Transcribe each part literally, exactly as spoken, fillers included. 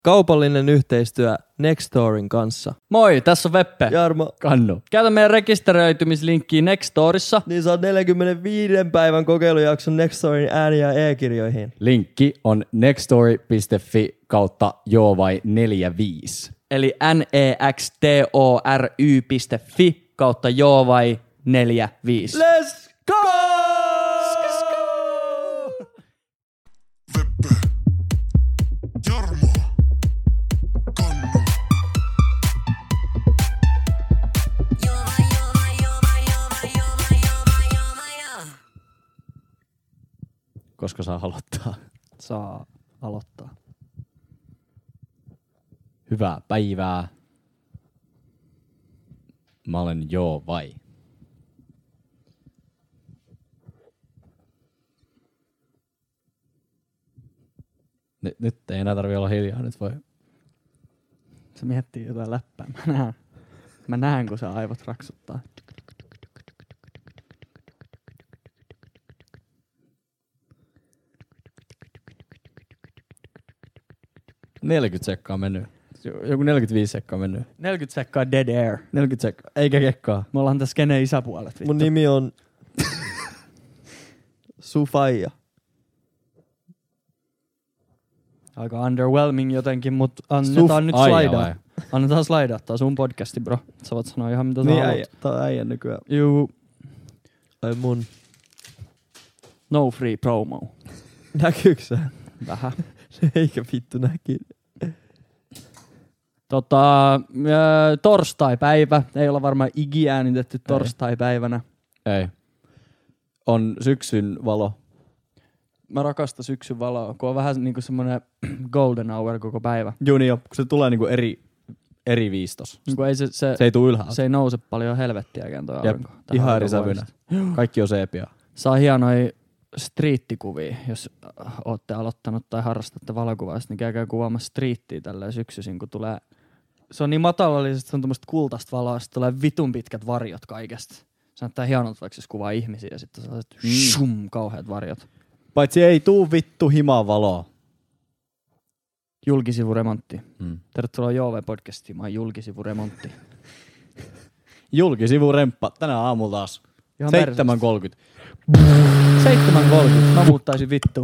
Kaupallinen yhteistyö Nextorin kanssa. Moi, tässä on Veppe. Jarmo. Kannu. Käytä meidän rekisteröitymislinkkiä Nextorissa. Niin saa neljänkymmenenviiden päivän kokeilujakson Nextorin ääni- ja e-kirjoihin. Linkki on nextory.fi kautta joo vai neljäkymmentäviisi. Eli nextory.fi kautta joo vai neljäkymmentäviisi. Let's go! Veppe, Jarmo, Kannu. Koska saa aloittaa. Saa aloittaa. Hyvää päivää. Mä olen joo vai. Nyt, nyt ei enää tarvitse olla hiljaa, nyt voi. Se miettii jotain läppää. Mä näen, mä näen kun se aivot raksuttaa. neljäkymmentä sekkaa mennyt. Joku neljäkymmentäviisi sekkaa mennyt. neljäkymmentä sekkaa dead air. neljäkymmentä sekkaa. Eikä kekkaa. Me ollaan tässä kenen isäpuolet. Vittu. Mun nimi on Sufaija. Aika underwhelming jotenkin, mutta annetaan Suf- nyt Aija slaidaa. vai? Annetaan slaidaa. Tää on sun podcasti, bro. Sä voit sanoa ihan mitä sä Niin haluat. äijä. Tää on äijän nykyään. Juu. Ai mun. No free promo. Näkyykö sä? Vähän. Eikä vittu näki. Tota, äh, torstai-päivä. Ei olla varmaan ikiäänitetty torstai-päivänä. Ei. On syksyn valo. Mä rakastan syksyn valoa, kun on vähän niinku semmonen golden hour koko päivä. Juni jo, kun se tulee niinku eri, eri viistos. Niinku ei se, se, Se ei tuu ylhäältä. se ei nouse paljon helvettiäkään toi Jep, aurinko. Tähän ihan eri aurinkovuodesta. sävynä. Kaikki on seepia. Saa hienoja striittikuvia, jos äh, ootte aloittanut tai harrastatte valokuvausta, niin käykää kuvaamassa striittiä tälleen syksyisin, kun tulee... Se on niin matalallisesti, se on tuommoista kultaista valoa, sitten tulee vitun pitkät varjot kaikesta. Se näyttää hienolta, vaikka jos kuvaa ihmisiä ja sitten sellaiset mm. shum, kauheat varjot. Paitsi ei tuu vittu himaa valoa. Julkisivuremontti. Hmm. Tervetuloa Joove-podcastiin, mä oon Julkisivuremontti. Julkisivuremppa. Tänään aamulla taas. Ihan seitsemän kolmekymmentä. seitsemän kolmekymmentä. Mä muuttaisin vittuun.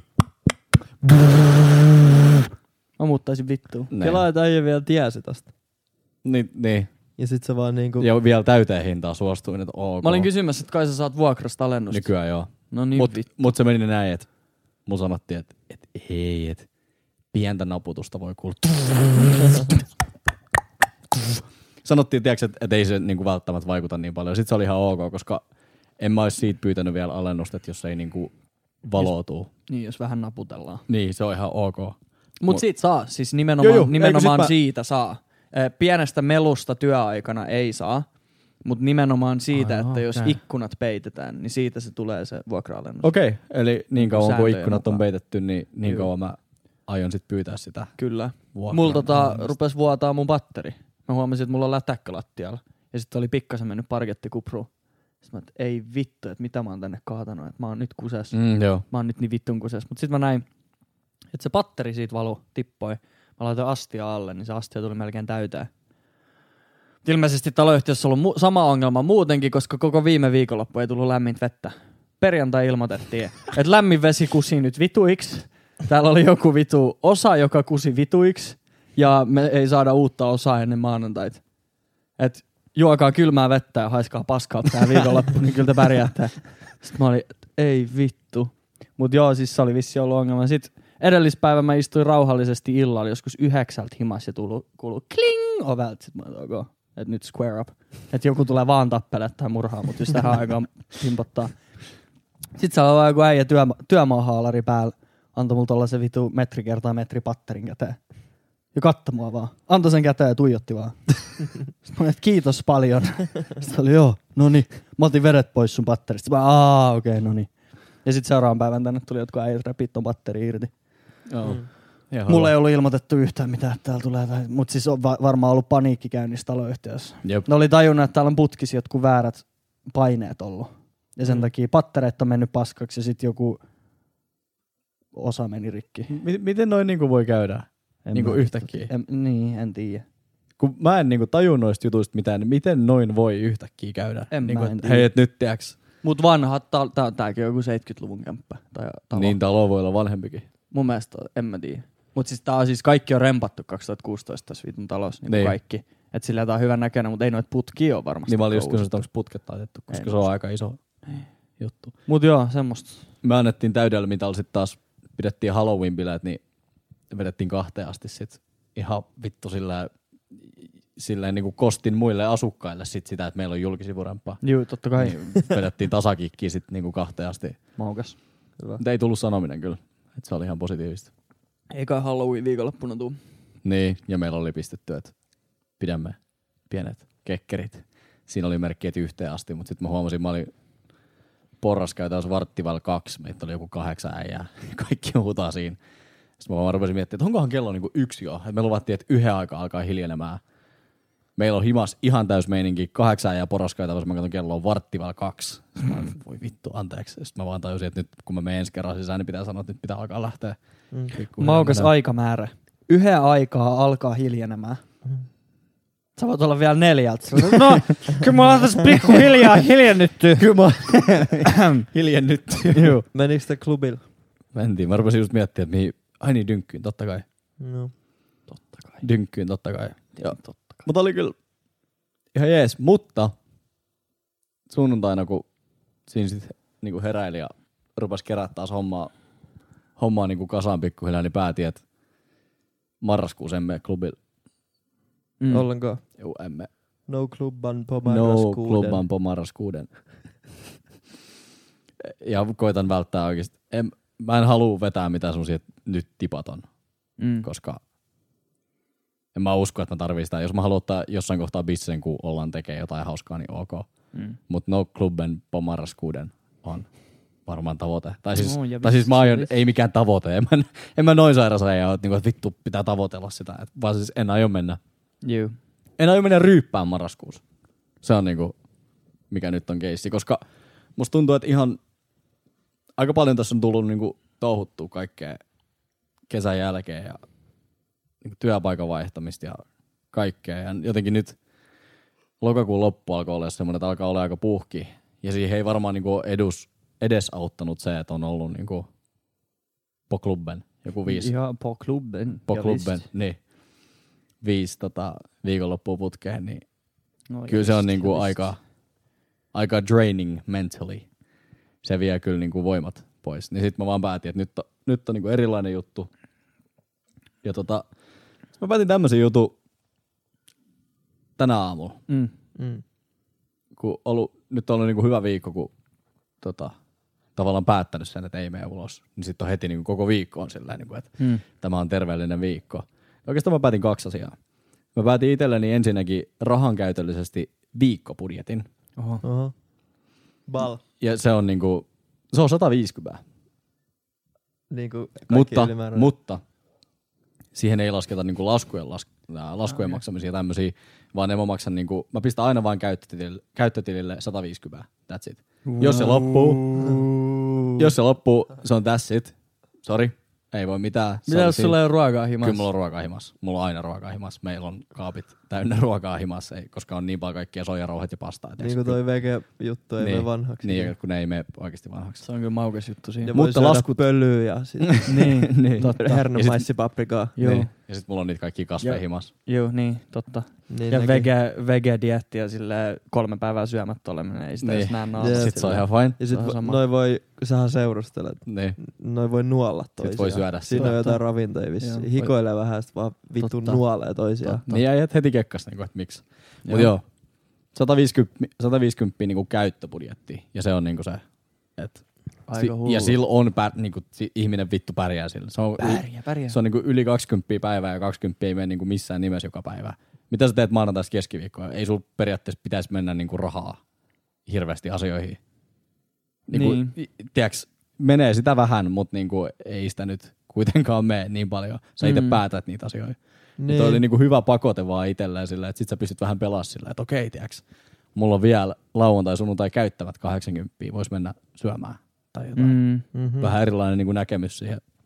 Mä muuttaisin vittuun. Kelaa, että äijä vielä tiesi tosta. Niin, niin. Ja sit se vaan niinku... Ja vielä täyteen hintaa suostuin, että ok. Mä olin kysymässä, että kai sä saat vuokrasta alennusta. Nykyään joo. No niin Mut, vittu. mut se meni näin, että mun sanottiin, että et, ei, että pientä naputusta voi kuulla. Sanottiin, tiiäks, että et ei se niinku välttämättä vaikuta niin paljon. Sitten se oli ihan ok, koska en mä ois siitä pyytänyt vielä alennusta, että jos ei niinku valootuu. Niin, jos vähän naputellaan. Niin, se on ihan ok. Mut, Mut- siitä saa, siis nimenomaan, Joo, joo. nimenomaan Eikö sit mä- siitä saa. Eh, Pienestä melusta työaikana ei saa, mutta nimenomaan siitä, Ai, että jos okei. ikkunat peitetään, niin siitä se tulee se vuokra-alennus. Okei, okay. Eli niin kauan kun Sääntöjen ikkunat on mukaan. peitetty, niin, niin Joo. kauan mä aion sit pyytää sitä. Kyllä. Vuokran Mulla tota, alennusta. rupes vuotaa mun batteri. Mä huomasin, että mulla on lätäkkö lattialla. Ja sitten oli pikkasen mennyt parkettikupruun. Sitten mä, että ei vittu, että mitä mä oon tänne kaatanut. Että mä oon nyt kuses. Mm, joo. Mä oon nyt niin vittun kuses. Mut sit mä näin, että se batteri siitä valu, tippoi. Mä laitoin astia alle, niin se astia tuli melkein täyteen. Ilmeisesti taloyhtiössä on ollut mu- sama ongelma muutenkin, koska koko viime viikonloppu ei tullut lämmintä vettä. Perjantai ilmoitettiin, että lämmin vesi kusi nyt vituiksi. Täällä oli joku vitu osa, joka kusi vituiksi. Ja me ei saada uutta osaa ennen maanantaita. Et juokaa kylmää vettä ja haiskaa paskaa tää viikonloppu, niin kyllä te pärjäätte. Sitten mä olin, että ei vittu. Mut joo, siis se oli vissi ollut ongelma. Sitten edellispäivän mä istuin rauhallisesti illalla joskus yhdeksältä himas ja tuli, kuului kling ovelta. Sitten mä olin, ok, että nyt square up. Että joku tulee vaan tappelemaan tai murhaa, mutta just tähän aikaan pimpottaa. Sitten siellä oli vaan joku äijä työma- työmaahaalari päällä. Antoi mulla tollasen vitu metri kertaa metri patterin käteen. Ja katso mua vaan. Antoi sen käteen ja tuijotti vaan. Sitten mä olin, että kiitos paljon. Sitten oli joo, no niin. Mä otin vedet pois sun patterista. Sitten mä, aah, okei, okay, no niin. Ja sitten seuraavan päivän tänne tuli jotkut äijät repit ton batteri irti. Joo. Mm. Mulla ei ollut ilmoitettu yhtään mitään, että täällä tulee. Mutta siis on va- varmaan ollut paniikki käynnissä taloyhtiössä. Jep. Ne oli tajunnut, että täällä on putkissa jotkut väärät paineet ollut. Ja sen mm. takia pattereet on mennyt paskaksi ja sitten joku osa meni rikki. M- miten noin niinku voi käydä? En Niinku mä- yhtäkkiä. En, niin, en tiedä. Kun mä en niinku tajun noista jutuista mitään, niin miten noin voi yhtäkkiä käydä? En niinku, mä en et, tiedä. hei, et nyt tiiäks, Mut vanhat, tää, tää, tääkin on joku seitsemänkymmentäluvun kämppä. Tai talo. niin talo voi olla vanhempikin. Mun mielestä, en mä tiedä. Mut siis tää on siis kaikki on rempattu kaksituhattakuusitoista tässä vitun talossa, niin, Niin. kaikki. Et sillä tää on hyvän näköinen, mutta ei noita putkia ole varmasti. Niin mä olin just uusittu. kysynyt, että onko putket taitettu, koska Ei se on aika iso juttu. Mut joo, semmoista. Me annettiin täydellä mitalla sit taas, pidettiin Halloween-bileet, niin vedettiin kahteen asti sit ihan vittu sillä silleen niinku kostin muille asukkaille sit sitä, että meillä on julkisivurempaa. Juu, totta kai. Niin vedettiin tasakikkiä sit niinku kahteen asti. Maukas. Hyvä. Mutta ei tullut sanominen kyllä, että se oli ihan positiivista. Ei kai Halloween viikonloppuna tuu. Niin, ja meillä oli pistetty, että pidämme pienet kekkerit. Siinä oli merkki, että yhteen asti, mutta sitten mä huomasin, mä olin porraskäytävässä varttivailla kaksi, meitä oli joku kahdeksan äijää, kaikki huutaa siinä. Sitten mä vaan rupesin miettimään, että onkohan kello niinku yksi jo, että me luvattiin, että yhden aikaa alkaa hiljenemään. Meillä on himas ihan täys meininki, kahdeksan äijää porraskäytävässä, mä katson kello on varttivailla kaksi. Sitten mä olin, voi vittu, anteeksi. Sitten mä vaan tajusin, että nyt kun mä menen ensi kerran sisään, niin pitää sanoa, että nyt pitää alkaa lähteä. Mm. Maukas aikamäärä. Yhden aikaa alkaa hiljenemään. Sä voit olla vielä neljältä. No, kyllä mä oon tässä pikkuhiljaa hiljennytty. Kyllä mä hiljennyt. Joo. Menikö te klubilla? Mentiin. Mä rupesin just miettimään, että mihin... Ai niin, dynkkyyn, totta kai. No. Totta kai. Dynkkyyn, totta kai. Joo. Totta kai. Mutta oli kyllä ihan jees. Mutta sunnuntaina, kun siinä sit niinku heräili ja rupesi kerää taas hommaa, hommaa niinku kasaan pikkuhiljaa, niin päätin, että marraskuussa emme klubilla. Mm. Ollenkaan. Juu, emme. No klubban på No marraskuuden. klubban på marraskuuden. Ja koitan välttää oikeesti. En, mä en halua vetää mitään semmosia, että nyt tipaton. Mm. Koska en mä usko, että mä tarvii sitä. Jos mä haluan ottaa jossain kohtaa bissen, kun ollaan tekee jotain hauskaa, niin ok. Mm. Mutta no klubben på marraskuuden on varmaan tavoite. Tai siis, No, ja tai siis mä aion, vissi. ei mikään tavoite. En mä, en mä noin sairas äijä, että niinku, vittu pitää tavoitella sitä. Et vaan siis en aio mennä. Juu. En aio mennä ryyppään marraskuussa. Se on niinku, mikä nyt on keissi. Koska musta tuntuu, että ihan aika paljon tässä on tullut niinku touhuttua kaikkea kesän jälkeen ja niinku työpaikan vaihtamista ja kaikkea. Ja jotenkin nyt lokakuun loppu alkoi olla semmoinen, että alkaa olla aika puhki. Ja siihen ei varmaan niinku edus, edesauttanut se, että on ollut niinku på klubben joku viisi. Ihan på klubben. Po Ja klubben, visst. niin. Viisi tota, viikonloppua putkeen, niin No, kyllä ja se on visst, niinku ja visst. aika, aika draining mentally. Se vie kyllä niinku voimat pois. Niin sit mä vaan päätin, että nyt on, nyt on niinku erilainen juttu. Ja tota, sit mä päätin tämmösen jutun tänä aamulla. Mm. Mm. Kun ollut, nyt on ollut niinku hyvä viikko, kun tota, tavallaan päättänyt sen, että ei mene ulos. Niin sit on heti niinku koko viikko on sillä niinku, että Mm. tämä on terveellinen viikko. Oikeastaan mä päätin kaksi asiaa. Mä päätin itselleni ensinnäkin rahankäytöllisesti viikkobudjetin. Oho. Oho. Bal. Ja se on niinku, se on sata viisikymmentä. Niinku kaikki Mutta, ylimääräinen. mutta siihen ei lasketa niinku laskujen, las, ää, laskujen Okay. maksamisia ja tämmöisiä, vaan ne mä maksan niinku, mä pistän aina vain käyttötilille, käyttötilille sata viisikymmentä. That's it. Jos se loppuu, jos se loppuu, se on that's it. Sori, ei voi mitään. Se Mitä oli jos siinä. sulla ei ole ruokaa himassa? Kyllä mulla on ruokaa himas. Mulla on aina ruokaa himas. Meillä on kaapit täynnä ruokaa himas, ei, koska on niin paljon kaikkia soijarouhet ja pastaa. Niinku toi vege-juttu ei niin, mene vanhaksi. Niin, kun ne ei mene oikeasti vanhaksi. Se on kyllä maukas juttu siinä. Ja Mutta voi syödä laskut- pölyä ja sit niin, niin. totta. hernemäissipaprikaa. Joo. Niin. Ja sit mulla on niitä kaikkia kasveja Ja- himas. Joo, niin, totta. Niin Ja nekin. vege, vege-dietti ja silleen kolme päivää syömättä oleminen, ei sitä Niin. edes näe Jep. naamassa. Sit se on ihan fine. Ja sit Se on vo- sama. noi voi, kun sähän seurustelet, Niin. noi voi nuolla toisiaan. voi syödä Siinä sitä. on jotain ravintoja vissiin. Joo. Hikoilee vähän, sit vaan vittu Totta. nuolee toisiaan. Totta. Niin äijät heti kekkas, niinku, että miksi. Mut joo, sata viisikymmentä, sata viisikymmentä niinku käyttöbudjettia. Ja se on niinku se, että Aika hullu. ja sillä on pär, niinku, si- ihminen vittu pärjää sillä. Se on, Pärjää, pärjää. se on niinku yli kaksikymmentä päivää ja kaksikymmentä ei mene niinku missään nimessä joka päivä. Mitä sä teet maanantaista keskiviikkoa? Ei sul periaatteessa pitäisi mennä niinku rahaa hirveästi asioihin. Niinku, Niin. i- Tiedäks, menee sitä vähän, mutta niinku, ei sitä nyt kuitenkaan mene niin paljon. Sä itse Mm. päätät niitä asioita. Niin. Niin. Toi oli niinku hyvä pakote vaan itselleen sillä, että sit sä pystyt vähän pelaamaan sillä, että okei, tiiäks, mulla on vielä lauantai, sunnuntai käyttävät kahdeksankymmentä, vois mennä syömään tai jotain. Mm. Mm. Mhm. Vähän erilainen niinku näkemys siihen.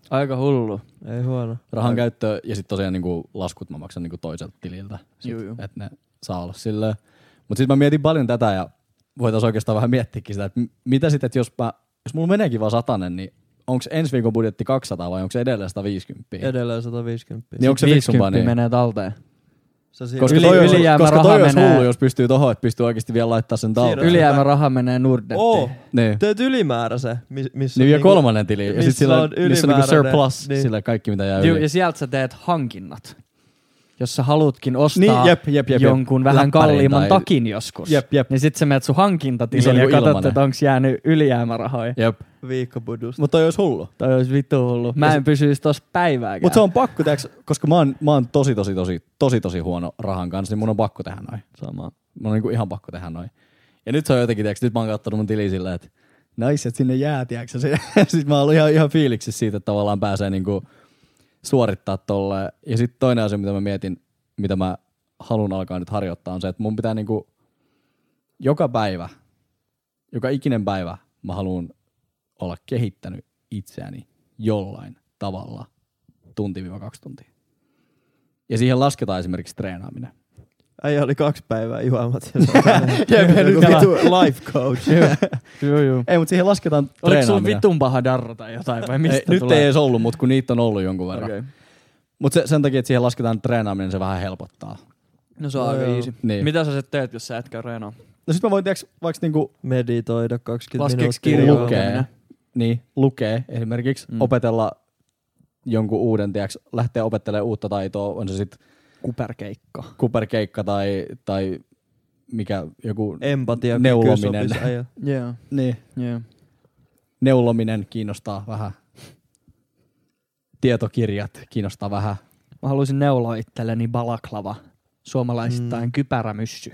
Aika hullu. Ei huono. Rahan käyttö ja sitten tosiaan niinku laskut mä maksan niinku toiselta tililtä. Juu, juu. Että ne saa olla silleen. Mutta sitten mä mietin paljon tätä ja voitaisiin oikeastaan vähän miettiäkin sitä, että mitä sitten, että jos, mä, jos mulla meneekin vaan satanen, niin onko ensi viikon budjetti kaksisataa vai onko se edelleen sata viisikymmentä? Edelleen sata viisikymmentä. Niin onko se fiksumpaa niin? menee talteen. Koska Yli- toi, olisi, ylijäämä koska raha toi olisi menee- hullu, jos pystyy tohon, että pystyy oikeasti vielä laittaa sen talteen. Siinä- Ylijäämä raha menee Nordnettiin. Oo, Niin. teet ylimääräisen. Miss, missä Niin vielä niinku- kolmannen tili. Ja missä sit sillä on missä on niinku ylimääräinen, surplus, niin. sillä kaikki mitä jää Juu, yli. ja sieltä sä teet hankinnat. Jos sä halutkin ostaa Niin, jep, jep, jep, jep. jonkun vähän Läppärin kalliimman tai- takin joskus, Jep, jep. niin sit sä menet sun Niin se hankintatilille on ja niinku katsot, ilmanen. että onko jäänyt ylijäämärahoja. Jep. Viikkobudusta. Mutta toi olisi hullu. Toi olisi vittu hullu. Mä en pysyisi tossa päivääkään. Mutta se on pakko, tehdä, koska mä oon, mä oon tosi, tosi, tosi, tosi, tosi huono rahan kanssa, niin mun on pakko tehdä noin. sama. Mun on niinku ihan pakko tehdä noin. Ja nyt se on jotenkin, tiiäks, nyt mä oon kattonut mun tili silleen, että naiset sinne jää, tiiäks. Sitten mä oon ollut ihan, ihan fiiliksissä siitä, että tavallaan pääsee niinku suorittaa tolleen. Ja sitten toinen asia, mitä mä mietin, mitä mä haluan alkaa nyt harjoittaa, on se, että mun pitää niinku joka päivä, joka ikinen päivä mä haluan olla kehittänyt itseäni jollain tavalla tunti-kaksi tuntia. Ja siihen lasketaan esimerkiksi treenaaminen. Äijä oli kaksi päivää juomat. Jep, ja nyt Joku life coach. Joo, joo. Ei, mutta siihen lasketaan Oliko sulla treenaaminen. vitun paha darra tai jotain vai mistä ei, nyt tulee? ei edes ollut, mutta kun niitä on ollut jonkun verran. Okay. Mutta se, sen takia, että siihen lasketaan treenaaminen, se vähän helpottaa. No se on No aika joo. easy. Niin. Mitä sä sit teet, jos sä et käy reenaa? No sit mä voin tiiäks, vaikka niinku Meditoida kaksikymmentä Laskeeks minuuttia. kirjoa? lukee, niin, lukee esimerkiksi, Mm. mm. opetella jonkun uuden, tiiäks, lähteä opettelemaan uutta taitoa, on se sitten Kuperkeikka. kuperkeikka tai, tai mikä joku Empatia. neulominen. Joo, Niin, joo. neulominen kiinnostaa vähän. Tietokirjat kiinnostaa vähän. Mä haluaisin neuloa itselleni balaklava. Suomalaisittain mm. kypärämyssy.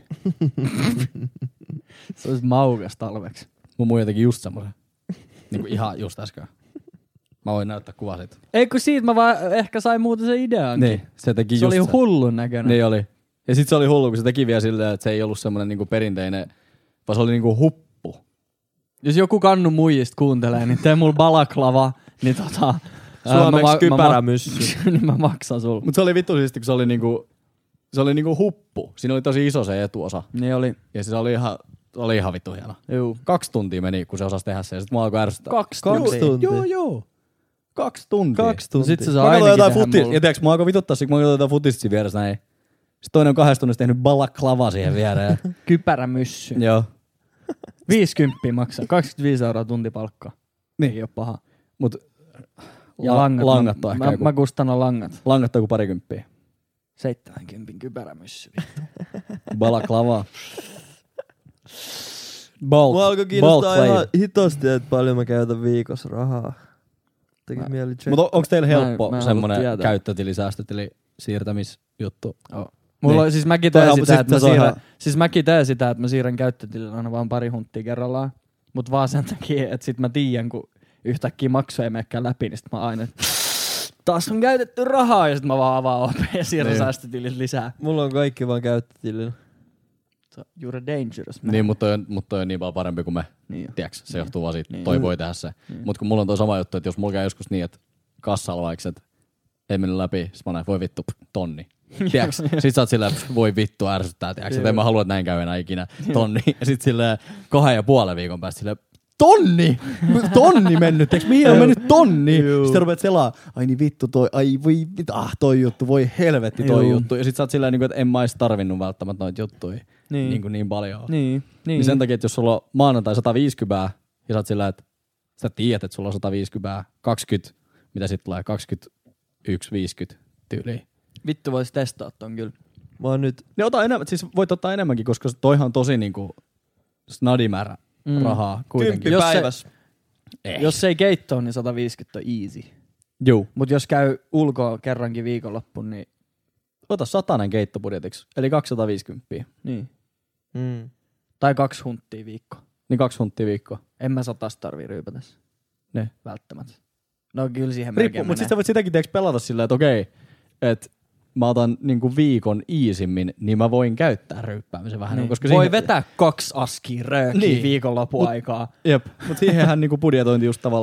Se olisi maukas talveksi. Mun muu jotenkin just semmoisen. Niinku ihan just äsken. Mä voin näyttää kuvaa siitä. Ei kun siitä mä vaan ehkä sain muuten sen idean. Niin, se teki Se just oli se. hullun näköinen. Niin oli. Ja sit se oli hullu, kun se teki vielä silleen, että se ei ollut semmoinen niinku perinteinen, vaan se oli niinku huppu. Jos joku kannu muijista kuuntelee, niin tee mulla balaklava, niin tota... Suomeksi ää, mä- kypärämyssy. mä- niin mä maksan sulla. Mut se oli vittu siisti, kun se oli niinku, se oli niinku huppu. Siinä oli tosi iso se etuosa. Niin oli. Ja se oli ihan, oli ihan vittu hieno. Juu. Kaksi tuntia meni, kun se osasi tehdä sen. Ja sit mua alkoi ärsyttää. Kaksi Kaksi tuntia. tuntia. Joo, joo. Kaksi tuntia. Kaksi No tuntia. sit se Mä saa katsoin ainakin jotain tehdä futis. mulla. Ja tiiäks, mä alkoi vituttaa, kun mä katsoin jotain futista siinä vieressä näin. Sitten toinen on kahdessa tunnissa tehnyt balaklava siihen viereen. Kypärämyssy. Joo. viisikymmentä maksaa. kaksikymmentäviisi euroa tuntipalkka. Niin. Ei oo paha. Mut Ja la- langat. langat mä, on ehkä mä, joku. mä kustannan langat. Langat on joku parikymppiä. seitsemänkymmentä kypärämyssy. Balaklava. Bulk. Mua alkoi bulk kiinnostaa play. ihan hitosti, että paljon mä käytän viikossa rahaa. Teki Mä- mieli check. Mutta on, onko teillä Mä en- helppo mä en semmonen halua tietää. käyttötili, säästötili, siirtämisjuttu? Mulla Niin. on, siis mäkin Toihan- teen sitä, siis että mä se on siirrän, ihan- siis mäkin teen sitä, että mä siirrän käyttötilille aina vaan pari hunttia kerrallaan. Mut vaan sen takia, että sit mä tiedän, kun yhtäkkiä maksu ei menekään läpi, niin sit mä aina, että taas on käytetty rahaa, ja sit mä vaan avaan open ja siirrän Niin. säästötilille lisää. Mulla on kaikki vaan käyttötilillä. So, you're a dangerous man. Niin, mutta toi, on- mut toi on niin paljon parempi kuin me. Niin. Tiedätkö, se johtuu vaan siitä, Niin. toi voi tehdä se. Niin. Mutta kun mulla on toi sama juttu, että jos mulla käy joskus niin, että kassalla vaikka, että ei mennyt läpi, sit mä näin, voi vittu, pff, tonni. Tiedätkö? Sit sä oot silleen, pff, voi vittu, ärsyttää, tiedätkö? Että en mä halua, että näin käy enää ikinä, tonni. Ja sit silleen kahden ja puolen viikon päästä silleen, tonni! Tonni mennyt, tiedätkö? Mihin on mennyt tonni? Sitten rupeat selaa, ai niin vittu toi, ai voi vittu, ah toi juttu, voi helvetti toi Juu. juttu. Ja sit sä oot silleen, niin kuin, että en mä ois tarvinnut välttämättä noita juttuja Niin. niin, kuin niin paljon. Niin, niin. Niin sen takia, että jos sulla on maanantai sata viisikymmentä ja sä oot sillä, että sä tiedät, että sulla on sata viisikymmentä, kaksikymmentä, mitä sit tulee, kaksikymmentäyksi viisikymmentä tyyliin. Vittu vois testaa ton kyllä. Mä oon nyt, Niin ota enemmän, siis voit ottaa enemmänkin, koska toihan on tosi niinku snadimäärä Mm. mm. rahaa kuitenkin. kymppi Jos se- päivässä. Eh. Jos ei keittoa, niin sata viisikymmentä on easy. Juu. Mut jos käy ulkoa kerrankin viikonloppuun, niin... Ota satanen keittobudjetiksi, eli kaksisataaviisikymmentä. niin. Mm. Tai kaksi hunttia viikko. Niin kaksi hunttia viikkoa. En mä satas tarvii ryypätä. Ne. Välttämättä. No kyllä siihen Riippuu, melkein mutta menee. sit sä voit sitäkin tiiäks pelata sillä, että okei, että mä otan niinku viikon iisimmin, niin mä voin käyttää ryyppäämisen vähän. Niin. Koska Voi siihen- vetää kaksi askia röökiä Niin. niin. viikonlopun Mut- aikaa. Jep, mutta siihenhän niinku budjetointi just tavallaan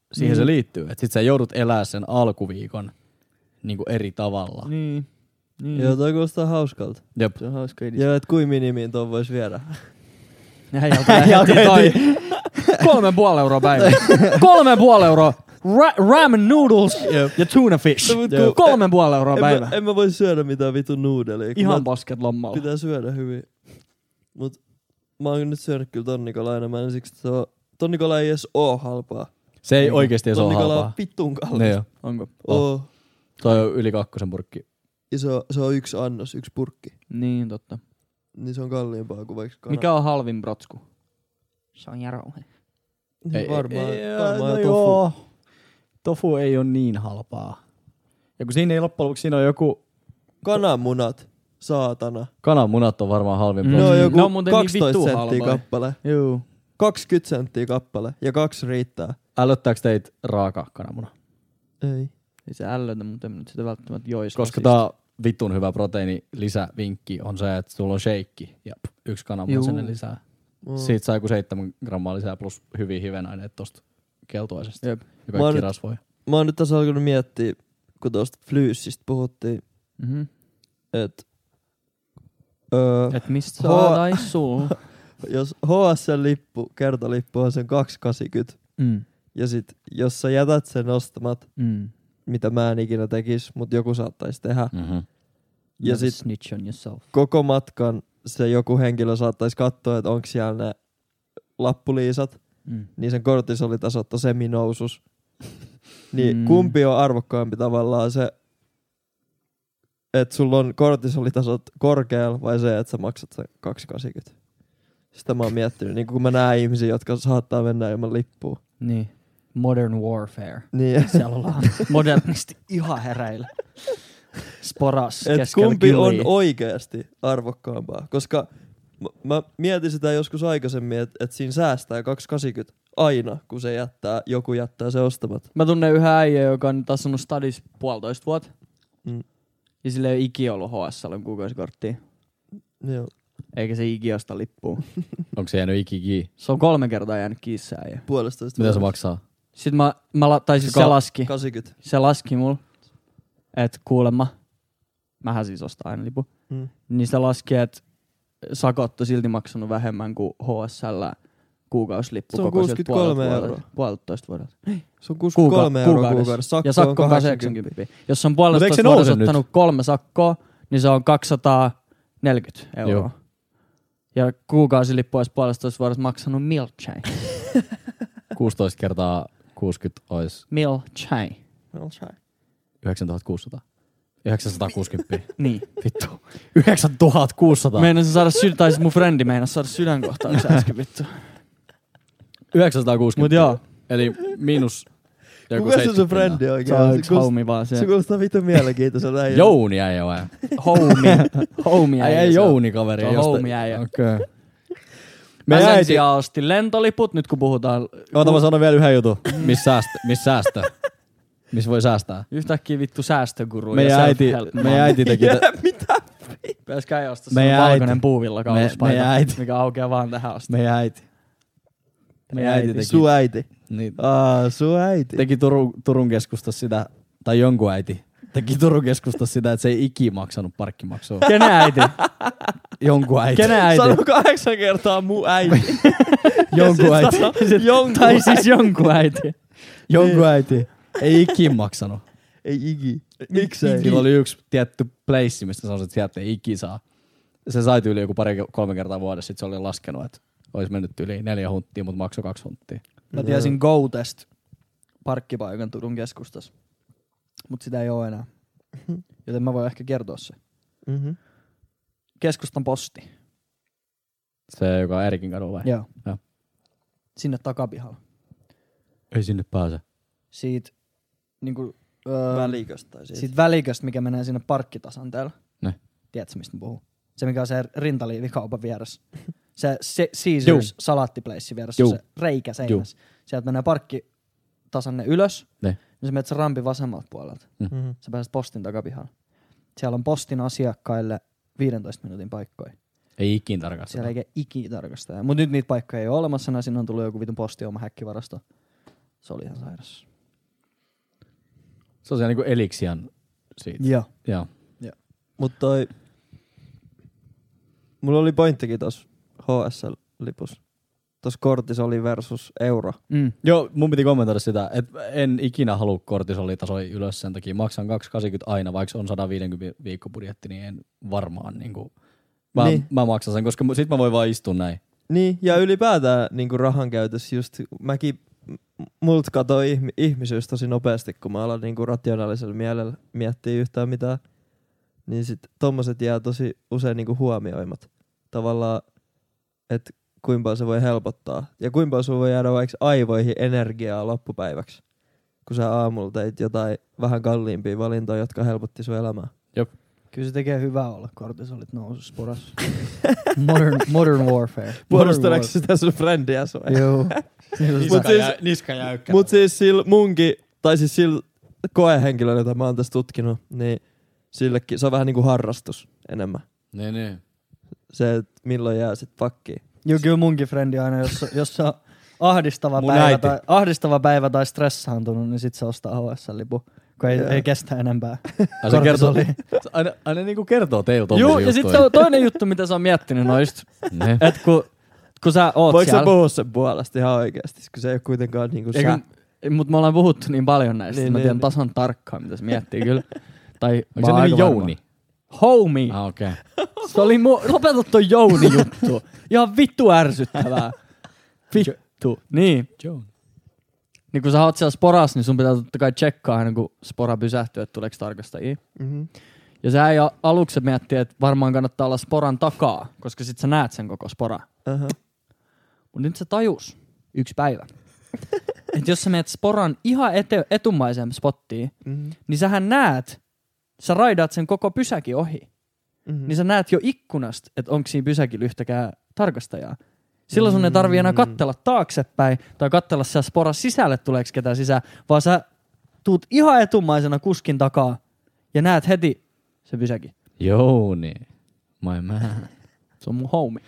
siihen Mm. se liittyy. Että sit sä joudut elää sen alkuviikon niinku eri tavalla. Niin. niin. Joo, toi kuulostaa hauskalta. Jep. Se on hauska idea. Joo, et kuin minimiin ton vois viedä. Äijältä lähetti toi kolme puoli euroa päivä. kolme puoli euroa. Ra- ramen noodles ja tuna fish. No, mut kun- Kolme puoli euroa En päivä. mä, en mä voi syödä mitään vitun nuudelia. kun Ihan mä- posket lommalla. Pitää syödä hyvin. Mut mä oon nyt syönyt kyllä ton Nikolaina. Mä en siksi, että se on, ton Nikolai ei edes oo halpaa. Se ei oikeesti se Ton ole Nikolai halpaa. on vittun kallis. Ne joo. Onko? Oo. Toi on yli kakkosen purkki. Ja se on, se on yksi annos, yksi purkki. Niin, totta. Niin se on kalliimpaa kuin vaikka kana. Mikä on halvin brotsku? Se on jäärouhe. Niin varmaan, ei, varmaan no tofu. joo. Tofu ei ole niin halpaa. Ja kun siinä ei loppujen lopuksi, siinä on joku... Kananmunat, saatana. Kananmunat on varmaan halvin. Mm. Ne on joku Ne on muuten niin kaksitoista vittu senttiä halpoja. kappale. Juu. kaksikymmentä senttiä kappale. Ja kaksi riittää. Ällöttääks teit raaka kananmuna? Ei. Ei se ällötä, mutta en nyt sitä välttämättä joisi. Koska tää vitun hyvä proteiini lisävinkki on se, että sulla on shake ja yksi kananmuna Juu. sinne lisää. Mm. Siitä saa joku seitsemän grammaa lisää plus hyviä hivenaineita tosta keltuaisesta. Jep. Ja Mä oon kaikki nyt- rasvoja. Mä oon nyt tässä alkanut miettiä, kun tuosta flyysistä puhuttiin, Mm-hmm. että öö, Et mistä H- saadais sul? jos H S L-lippu, kertalippu on sen kaksisataakahdeksankymmentä, Mm. ja sit jos sä jätät sen ostamat, Mm. mitä mä en ikinä tekis, mut joku saattaisi tehdä, Mm-hmm. ja Never sit snitch on yourself. koko matkan se joku henkilö saattaisi katsoa, että onko siellä ne lappuliisat, Mm. niin sen kortisolitasot on seminousus. niin Mm. kumpi on arvokkaampi tavallaan se, että sulla on kortisolitasot korkealla vai se, että sä maksat sen kaksisataakahdeksankymmentä? Sitä mä oon miettinyt, niin kun mä näen ihmisiä, jotka saattaa mennä ilman lippua. Niin. Modern warfare. Niin, Siellä ollaan modernisti ihan hereillä. Sporas et keskellä kumpi on kyliä. oikeasti arvokkaampaa, koska mä, mä mietin sitä joskus aikaisemmin, että et siinä säästää kaksisataakahdeksankymmentä aina, kun se jättää, joku jättää se ostamat. Mä tunnen yhden äijä, joka on nyt asunut stadis puolitoista vuotta. Mm. Ja sillä ei ole ikinä ollut H S L:n kuukausikorttia. Joo. Eikä se ikinä osta lippua. Onko se jäänyt ikikin? Se on kolme kertaa jäänyt kiinni äijä. Puolestoista Mitä se vuodesta. maksaa? Sitten mä, mä la, tai siis se Ka- laski. kahdeksankymmentä. Se laski mulla, että kuulemma, mähän siis ostaa aina lipu, Mm. niin se laski, että sakot on silti maksanut vähemmän kuin H S L kuukausilippu Se on koko siltä kuusikymmentäkolme puolelta euroa. vuodelta- puolitoista vuodelta. Se on kuusikymmentäkolme euroa kuukaudessa. kuukaudessa. Sakko Ja sakko on kahdeksankymmentä. kahdeksankymmentä. Jos on Mut eikö puolitoista se vuodessa nouse nyt? ottanut kolme sakkoa, niin se on kaksisataaneljäkymmentä euroa. Joo. Ja kuukausilippu olisi puolitoista vuodessa maksanut milchai. kuusitoista kertaa kuusikymmentä olisi Milchai. yhdeksäntuhattakuusisataa. yhdeksänsataakuusikymmentä. Niin. Vittu. yhdeksäntuhattakuusisataa. Meinasin saada syd- tai siis mun frendi meinasi saada sydänkohtauksen äsken vittu. yhdeksänsataakuusikymmentä. Mut joo. Eli miinus joku Kuka se sun seitsemänkymmentä. frendi Se oikein? on Se yksi kuulostaa- homie vaan Se se. kuulostaa vitun mielenkiintoiselta äijältä. Jouni äijä vai? Homie. Homie Ai äijä. ei se on. Jouni kaveri. Se on josta- homie äijä. Okei. Mä Meidän sen äiti... sijaan ostin lentoliput, nyt kun puhutaan. Oota mä sanon vielä yhden jutun. Missä säästö? Missä säästö? Missä voi säästää? Yhtäkkiä vittu säästöguru Meidän ja äiti, self-help. meidän äiti teki... tä- Pitäisikö äijä ostaa Meidän meidän äiti. valkoinen puuvilla Me- meidän kauluspaita, äiti. mikä aukeaa vaan tähän asti. Meidän äiti. Meidän äiti teki... Sun äiti. Niin, Aa, sun äiti. teki Turun, Turun keskustassa sitä, tai jonkun äiti, teki Turun keskustassa sitä, että se ei ikinä maksanut parkkimaksua. Kenen äiti? Jonkun äiti. Kenen äiti? Sano kahdeksan kertaa mun äiti. Jonkun äiti. Jonkun Tai siis jonkun äiti. Jonkun äiti. Ei ikinä maksanut. Ei igi. Miksei? Sillä oli yksi tietty place, mistä sanoisin, että sieltä ei ikinä saa. Se sai tyyli joku pari, kolme kertaa vuodessa, sit se oli laskenut, että olisi mennyt yli neljä hunttia, mutta maksoi kaksi hunttia. Mä tiesin Goatest parkkipaikan Turun keskustassa. Mut sitä ei oo enää. Joten mä voin ehkä kertoa se. Mhm. Keskustan posti. Se, joka on Erikin kadulla vai? Joo. Joo. Sinne takapihalla. Ei sinne pääse. Siitä niinku... Öö, Väliköstä tai siitä. siitä väliköstä, mikä menee sinne parkkitasanteella. Ne. Tiedätkö, mistä mä puhun? Se, mikä on se rintaliivikaupan vieressä. Se, se Caesars salaattiplace vieressä, Juu. se reikä seinässä. Sieltä menee parkkitasanne ylös, Ne. niin sä menet se rampi vasemmalta puolelta. Mhm. Sä pääset postin takapihalle. Siellä on postin asiakkaille viidentoista minuutin paikkoja. Ei ikinä tarkasteta. Siellä eikä ikinä tarkastaa. Mutta nyt niitä paikkoja ei ole olemassa, sinne on tullut joku vitun posti oma häkkivarasto. Se oli ihan sairas. Se on se niinku Elixian siitä. Joo. Joo. Mut toi... Mulla oli pointtikin tossa H S L-lipussa. Tossa kortisoli versus euro. Mm. Joo, mun piti kommentoida sitä, että en ikinä halua kortisolitasoja ylös sen takia. Maksan kaksi kahdeksankymmentä aina, vaikka on sata viisikymmentä viikkobudjetti, niin en varmaan niinku... Mä, Niin. mä maksan sen, koska sit mä voin vaan istua näin. Niin, ja ylipäätään niinku rahan käytössä just... Mäkin... Mult katoo ihmi- ihmisyys tosi nopeasti, kun mä alan niinku rationaalisella mielellä miettiä yhtään mitään. Niin sit tommoset jää tosi usein niinku huomioimat. Tavallaan, että kuinka paljon se voi helpottaa. Ja kuinka paljon sulla voi jäädä vaikka aivoihin energiaa loppupäiväksi. Kun sä aamulla teit jotain vähän kalliimpia valintoja, jotka helpotti sun elämää. Kyllä se tekee hyvää olla kortisolit nousussa porassa. modern, modern warfare. Puolusteleeko sitä sun frendiä sua? Joo. Mut siis, niska jäykkä. mut siis sillä munkin, tai siis sillä koehenkilöllä, jota mä oon tässä tutkinut, niin sillekin, se on vähän niinku harrastus enemmän. Niin, niin. Se, että milloin jää sit pakkiin. Joo, kyllä munkin frendi aina, jos, jos se on ahdistava Mun päivä, äiti. tai, ahdistava päivä tai stressaantunut, niin sit se ostaa H S L-lipu, kun ei, Joo. ei kestä enempää. Ai se kertoo, Kortisoli. aina, aina niinku kertoo teille tommosia Joo, ja sit juttuja. se on toinen juttu, mitä se on miettinyt noista, Ne. että kun, kun sä oot Voiko sä siellä... puhua sen puolesta ihan oikeesti, kun se ei ole kuitenkaan niinku Ei, sä. kun- Mut me ollaan puhuttu niin paljon näistä, Niin, niin, mä niin, tiedän niin. tasan tarkkaan, mitä se miettii kyllä. Tai Onko se nimi Jouni? Homie. Ah, okei. Okay. Se oli mu- lopeta toi Jouni-juttu. Ihan vittu ärsyttävää. Vittu. Niin. Jouni. Niin kun sä oot siellä sporassa, niin sun pitää totta kai tsekkaa aina kun spora pysähtyy, että tuleeko tarkastajia. Mm-hmm. Ja sä ei a- aluksi miettii, että varmaan kannattaa olla sporan takaa, koska sit sä näet sen koko spora. Uh-huh. Mut nyt sä tajus yksi päivä. Että jos sä menet sporan ihan ete- etumaiseen spottiin, Mm-hmm. niin sähän näet, sä raidaat sen koko pysäkin ohi. Mm-hmm. Niin sä näet jo ikkunasta, että onko siinä pysäkillä yhtäkään tarkastajaa. Silloin sun ei tarvii enää kattella taaksepäin tai kattella siellä sporan sisälle tuleeko ketään sisään, vaan sä tuut ihan etumaisena kuskin takaa ja näet heti se pysäki. Jouni. My man. Se on mun homie.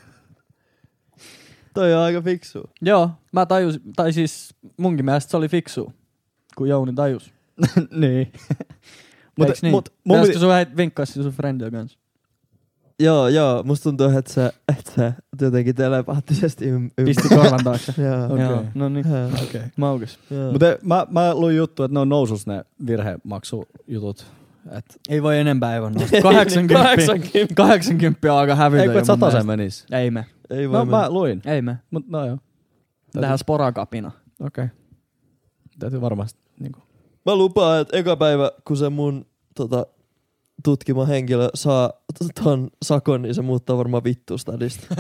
Toi on aika fiksu. Joo, mä tajus, tai siis munkin mielestä se oli fiksu, kun Jouni tajus. niin. Mut, niin? mut, mun Pitäisikö piti- sun vähän vinkkaisin sun friendillä kanssa? Joo, joo. Musta tuntuu, että se, että se jotenkin telepaattisesti ym- ym- Pisti korvan taakse. Joo. Okei. Joo, no niin. Joo. Okei. Maukas. Joo. Mutta mä, mä luin juttu, että ne on nousus ne virhemaksujutut. Et, Ei voi enempää ei voi nousta. kahdeksankymmentä. kahdeksankymmentä. kahdeksankymmentä on aika hävytön. ei kun jo et mun satasen mielestä. menis. Ei me. Ei voi No mennä. mä luin. Ei me. Mut no joo. Tehdään sporakapina. Okei. Okay. Täytyy varmasti niinku. Mä lupaan, että eka päivä, kun se mun tota, tutkima henkilö saa ton sakon, niin se muuttaa varmaan vittu stadista.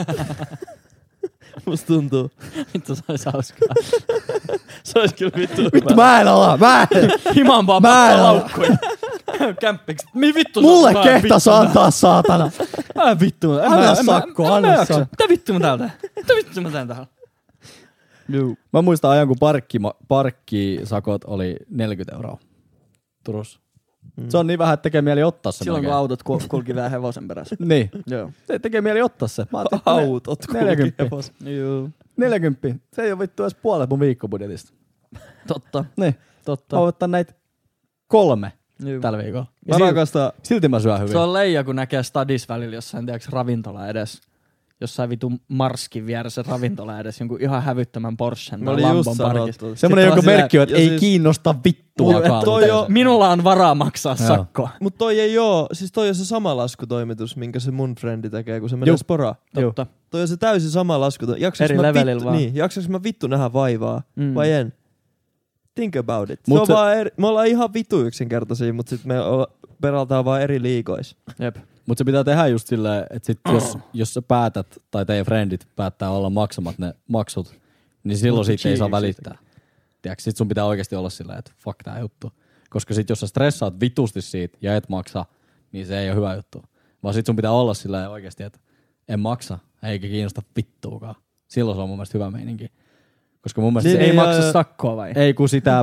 Musta tuntuu. Vittu se olisi hauskaa. Se olisi kyllä vittu. Vittu mä en ala! Mä en! Himan vaan Mä en pakkaa ala. laukkuja. Kämppiksi. Mi vittu sä Mulle oot? Mä kehtas vittu. antaa saatana! Ää vittu. En Anna mä- en mä- sakko, en mä anna jaksa. sakko. Mitä vittu mä täältä? Mitä vittu mä teen täällä? Joo. Mä muistan ajan, kun parkki, parkkisakot oli neljäkymmentä euroa Turussa. Mm. Se on niin vähän, että tekee mieli ottaa se. Silloin kun melkein. autot ku- kulki vähän hevosen perässä. Niin. Joo. Se tekee mieli ottaa se. Mä ajattelin, että Autot neljäkymmentä. Joo. neljäkymmentä. Se ei ole vittu edes puolet mun viikkobudjetista. Totta. Niin. Totta. Mä voin ottaa näitä kolme Joo. tällä viikolla. Mä Sil- rakastan. Silti mä syön hyvin. Se on leija, kun näkee stadis välillä jossain, tiedätkö, ravintola edes. Jossain vitu Marskin vieressä ravintola edes, jonkun ihan hävyttömän Porschen Mä tai olin just Lambon parkissa. sanottu. Semmoinen Sitten joku on merkki on, että ja ei siis- kiinnosta vittuakaan. Mut toi jo- Minulla on varaa maksaa Joo. sakkoa. Mut toi ei oo, siis toi on se sama laskutoimitus, minkä se mun frendi tekee, kun se menee Juu. sporaan. Totta. Toi on se täysin sama laskutoimitus. Jaksaks Eri mä levelillä vittu, vaan. niin, jaksaks mä vittu nähdä vaivaa Mm. vai en? Think about it. Mut se on se- vaan eri, me ollaan ihan vitu yksinkertaisia, mutta sit me olla, perataan vaan eri liigoissa. Jep. Mutta se pitää tehdä just silleen, että sit jos, jos sä päätät tai teidän friendit päättää olla maksamat ne maksut, niin silloin Mut siitä ei saa cheese välittää. Tiedätkö, sit sun pitää oikeasti olla silleen, että fuck tää juttu. Koska sit jos sä stressaat vitusti siitä ja et maksa, niin se ei ole hyvä juttu. Vaan sit sun pitää olla silleen oikeasti, että en maksa, eikä kiinnosta vittuukaan. Silloin se on mun mielestä hyvä meininki. Koska mun mielestä Niin, se Ei niin, maksa ja- sakkoa vai? ei kun sitä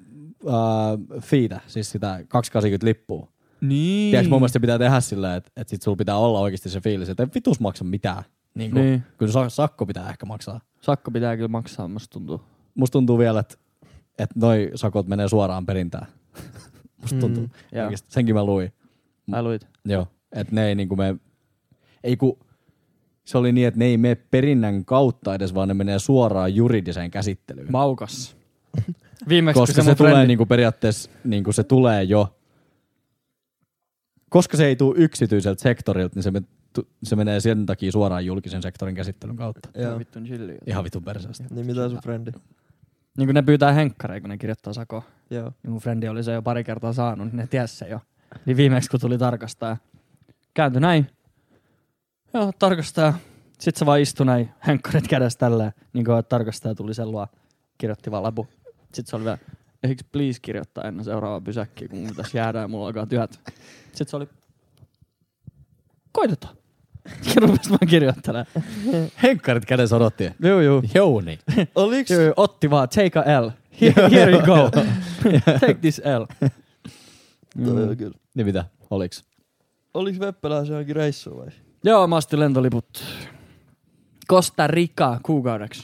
äh, fiitä, siis sitä kaksisataakahdeksankymmentä lippua. Niin. Tiedätkö, mun mielestä se pitää tehdä silleen, että, että sit sulla pitää olla oikeasti se fiilis, että ei vitus maksa mitään. Niin kuin, Niin. kyllä sa- sakko pitää ehkä maksaa. Sakko pitää kyllä maksaa, musta tuntuu. Musta tuntuu vielä, että, että noi sakot menee suoraan perintään. Musta tuntuu. Mm, joo. Senkin mä luin. Ai luit. Joo. Että ne ei niinku me... Ei ku... Se oli niin, että ne ei mene perinnän kautta edes, vaan ne menee suoraan juridiseen käsittelyyn. Maukas. Viimeksi koska se, se, se tulee frendi... niinku periaatteessa, niinku se tulee jo... Koska se ei tule yksityiseltä sektorilta, niin se, me, se menee sen takia suoraan julkisen sektorin käsittelyn kautta. Joo. Vittun chilli. Ihan vitun perseestä. Niin mitä sun frendi? Niin kun ne pyytää henkkareja, kun ne kirjoittaa sakoa. Joo. Niin mun frendi oli se jo pari kertaa saanut, niin ne tiesi se jo. Niin viimeksi kun tuli tarkastaa, kääntyi näin. Joo, tarkastaja. Sitten se vaan istui näin, henkkarit kädessä tälleen, niin kuin tarkastaja tuli sen luo, kirjoitti vaan lapu. Sitten se oli vielä, eikö please kirjoittaa ennen seuraavaa pysäkkiä, kun mun tässä jäädään ja mulla alkaa työt. Sitten se oli, koitetaan. Ja rupesi vaan kirjoittelemaan. Henkkarit kädessä odotti. Joo, joo. Jouni. Oliks? Joo, otti vaan, take a L. Here, here you go. Take this L. Toi on kyllä. Niin mitä? Oliks? Oliks Veppelä se johonkin reissuun vai? Joo, mä ostin lentoliput Costa Rica kuukaudeksi.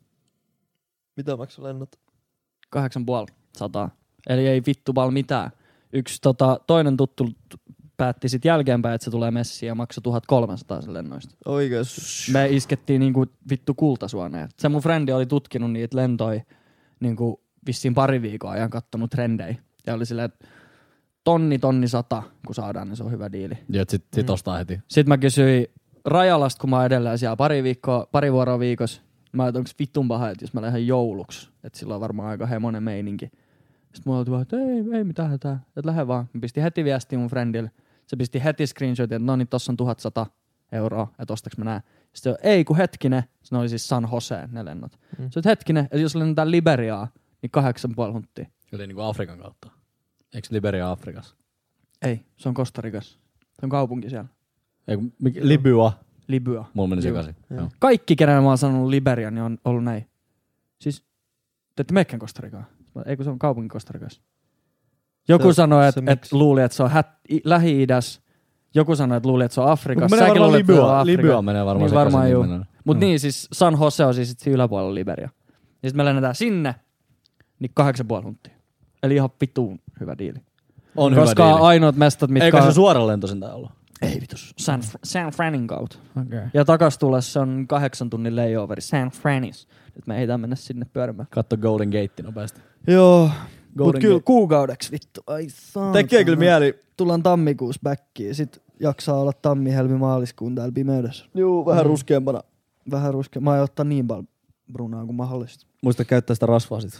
Mitä maksoi lennot? Kahdeksan puoli sataa. Eli ei vittu pal mitään. Yksi tota, toinen tuttu päätti sit jälkeenpäin, että se tulee messiin ja maksoi tuhatkolmesataa sen lennoista. Oikeesti. Me iskettiin niinku vittu kultasuoneen. Se mun frendi oli tutkinut niitä lentoja niinku vissiin pari viikkoa ajan kattonut trendejä. Ja oli silleen, että tonni, tonni sata, kun saadaan, niin se on hyvä diili. Ja sit, sit Mm. ostaa heti. Sitten mä kysyin Rajalasta, kun mä oon edelleen siellä pari viikkoa, pari vuoroa viikossa. Mä ajattelin, onko vittun paha, että jos mä lähden jouluksi, että sillä on varmaan aika hemonen meininki. Sitten mulla oli vaan, että ei, ei mitään hätää, että lähde vaan. Mä pistin heti viestiä mun friendille. Se pisti heti screenshotin, että no niin, tossa on tuhatsata euroa, että ostaks mä nää. Sitten ei, kun hetkinen, se oli siis San Jose ne lennot. Mm. Se oli hetkinen, että jos lennetään Liberiaa, niin kahdeksan puoli hunttia. Eli niinku Afrikan kautta. Eikö Liberia Afrikassa? Ei, se on Costa Ricassa. Se on kaupunki siellä. Ei, kun, mikä, Libya. Libya. Mulla meni Joo. sekaisin. Joo. Kaikki, kenellä mä oon sanonut Liberia, niin on ollut näin. Siis, te ette meekään Costa Ricaa. Eikö se on kaupunki Costa Ricassa? Joku Se- sanoi, se että et miksi? luuli, että se on hät- i- Lähi-idässä. Joku sanoi, että luuli, että se on Afrikassa. Menee Säkin varmaan luulet, että se on Libya. Afrikassa. Libya menee varmaan Niin sekaisin. varmaan juu. menee. Mut Mm. niin, siis San Jose on siis sit siinä yläpuolella Liberia. Ja sit me lennetään sinne, niin kahdeksan puoli huntia. Eli ihan vittuun hyvä diili. On Koska hyvä diili. ainoat mestat, mitkä Eikö on... se suora lento sentään ollut? Ei vitus. San, Fr- San Franin kautta. Okay. Ja takas tulessa on kahdeksan tunnin layoveri San Franis. Nyt me ehditään mennä sinne pyörimään. Katso Golden Gate nopeasti. Joo. Mut Golden kyllä Gate. kuukaudeksi vittu. Ai saatana. Tekee kyllä mieli. Tullaan tammikuussa backiin. Sitten jaksaa olla tammi, helmi, maaliskuun täällä pimeydessä. Juu, vähän Mm. ruskeampana. Vähän ruskea. Mä aion ottaa niin paljon brunaa kuin mahdollista. Muista käyttää sitä rasvaa sit.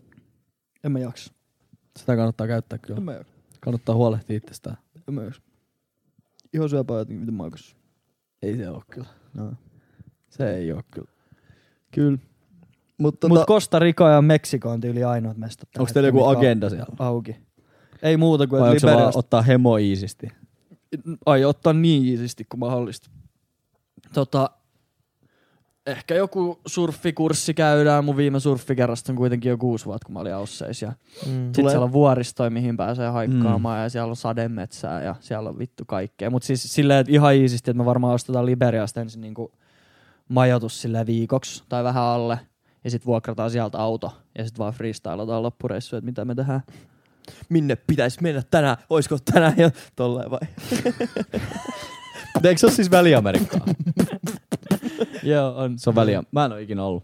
En mä jaksa. Sitä kannattaa käyttää kyllä. En mä jaksa. Kannattaa huolehtia itsestään. En mä jaksa. Ihan syöpää jotenkin, miten maukas. Ei se oo kyllä. No. Se ei oo kyllä. Kyllä. Mutta Mut tota, Costa Rica ja Meksiko on tyyli ainoat mestat. tällä Onko teillä joku hetkellä, mitkä on agenda siellä? Auki. Ei muuta kuin, Vai että onko se vaan Liberiasta. ottaa hemo iisisti? Ai ottaa niin iisisti kuin mahdollista. Tota, ehkä joku surfikurssi käydään. Mun viime surfikerrasta on kuitenkin jo kuusi vuotta, kun mä olin Ausseissa. Ja mm. sitten siellä on vuoristoja, mihin pääsee haikkaamaan. Mm. Ja siellä on sademetsää ja siellä on vittu kaikkea. Mut siis silleen, että ihan iisisti, että me varmaan ostetaan Liberiasta ensin niinku majoitus silleen viikoksi tai vähän alle. Ja sit vuokrataan sieltä auto. Ja sit vaan freestylataan loppureissu, että mitä me tehdään. minne pitäisi mennä tänään? Oisko tänään jo tolleen vai? Eikö se ole siis Väli-Amerikkaa? Joo, on. Se on väliä. Mä en oo ikinä ollut.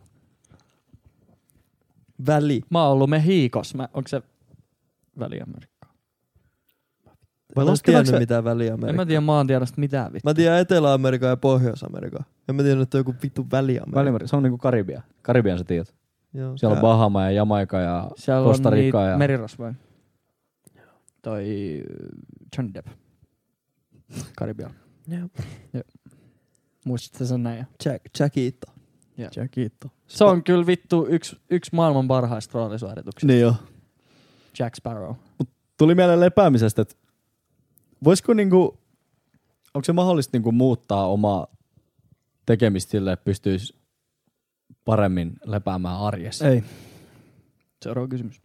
Väli. Mä oon ollut Mehikos. Mä, onko se Väli-Amerikkaa? Mä en oo tiennyt mitään Väli-Amerikkaa. En mä tiedä maantiedosta mitään vittu. Mä tiedän Etelä-Amerikkaa ja Pohjois-Amerikkaa. En mä tiedä, että on joku vittu Väli-Amerikka. Väli-Amerikka. Se on niinku Karibia. Karibian sä tiedät. Joo, Siellä on tää- Bahama ja Jamaika ja Siellä Costa on Rica niitä ja... merirosvoja. Toi äh, Johnny Depp. Karibialla. Joo. Muistatte sen näin? Jack, Jackito. Jackito. Se on kyllä vittu yksi, yksi maailman parhaista roolisuorituksista. Niin joo. Jack Sparrow. Tuli mieleen lepäämisestä, että voisiko niinku, onko se mahdollista niinku muuttaa omaa tekemistä silleen, että pystyisi paremmin lepäämään arjessa? Ei. Seuraava kysymys.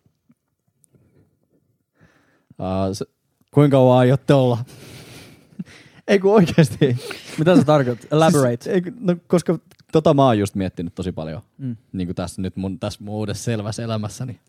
Uh, se, kuinka kauan aiotte olla? Ei kun oikeesti. Mitä sä tarkoitat? Elaborate. Siis, ei, no, koska tota mä oon just miettinyt tosi paljon. Mm. Niin kuin tässä nyt mun, tässä mun uudessa selvässä elämässäni.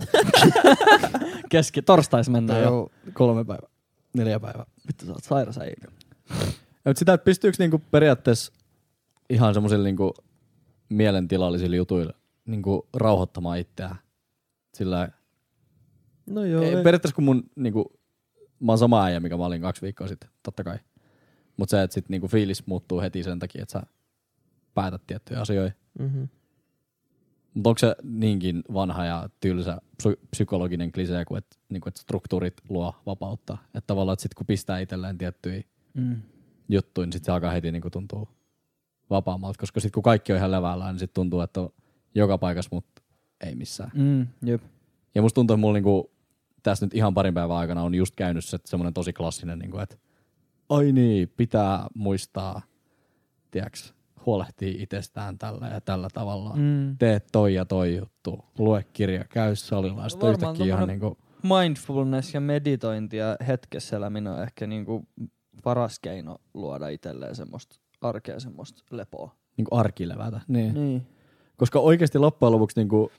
Keski, torstais mennään jo. Joo, kolme päivää, neljä päivää. Vittu sä oot sairas eikä. Ja sitä, että pystyykö niinku periaatteessa ihan semmoisilla niinku mielentilallisilla jutuilla niinku rauhoittamaan itseään. Sillä No joo. ei, Ei. periaatteessa kun mun niinku, mä oon sama äijä, mikä mä olin kaksi viikkoa sitten, totta kai. Mut se, että sit niinku fiilis muuttuu heti sen takia, että sä päätät tiettyjä asioita. Mm-hmm. Mut onko se niinkin vanha ja tylsä psy- psykologinen klisee, kuin että niinku, et struktuurit luo vapautta? Että tavallaan, että sit kun pistää itselleen tiettyjä Mm. juttuja, niin sit se alkaa heti niinku tuntuu vapaammalta. Koska sit kun kaikki on ihan levällään, niin sit tuntuu, että on joka paikassa, mutta ei missään. Mm, jep. Ja musta tuntuu, että mulla niinku, tässä nyt ihan parin päivän aikana on just käynyt se semmoinen tosi klassinen, niinku, että ai niin, pitää muistaa, tiiäks, huolehtii itsestään tällä ja tällä tavalla. Mm. Tee toi ja toi juttu, lue kirja, käy salilla. Ja sit on Varmaan yhtäkkiä ihan tommonen- niinku, Mindfulness ja meditointi ja hetkessä eläminen on ehkä niinku paras keino luoda itselleen semmoista arkea, semmoista lepoa. niinku arkilevätä. Niin. Niin. Koska oikeasti loppujen lopuksi niinku,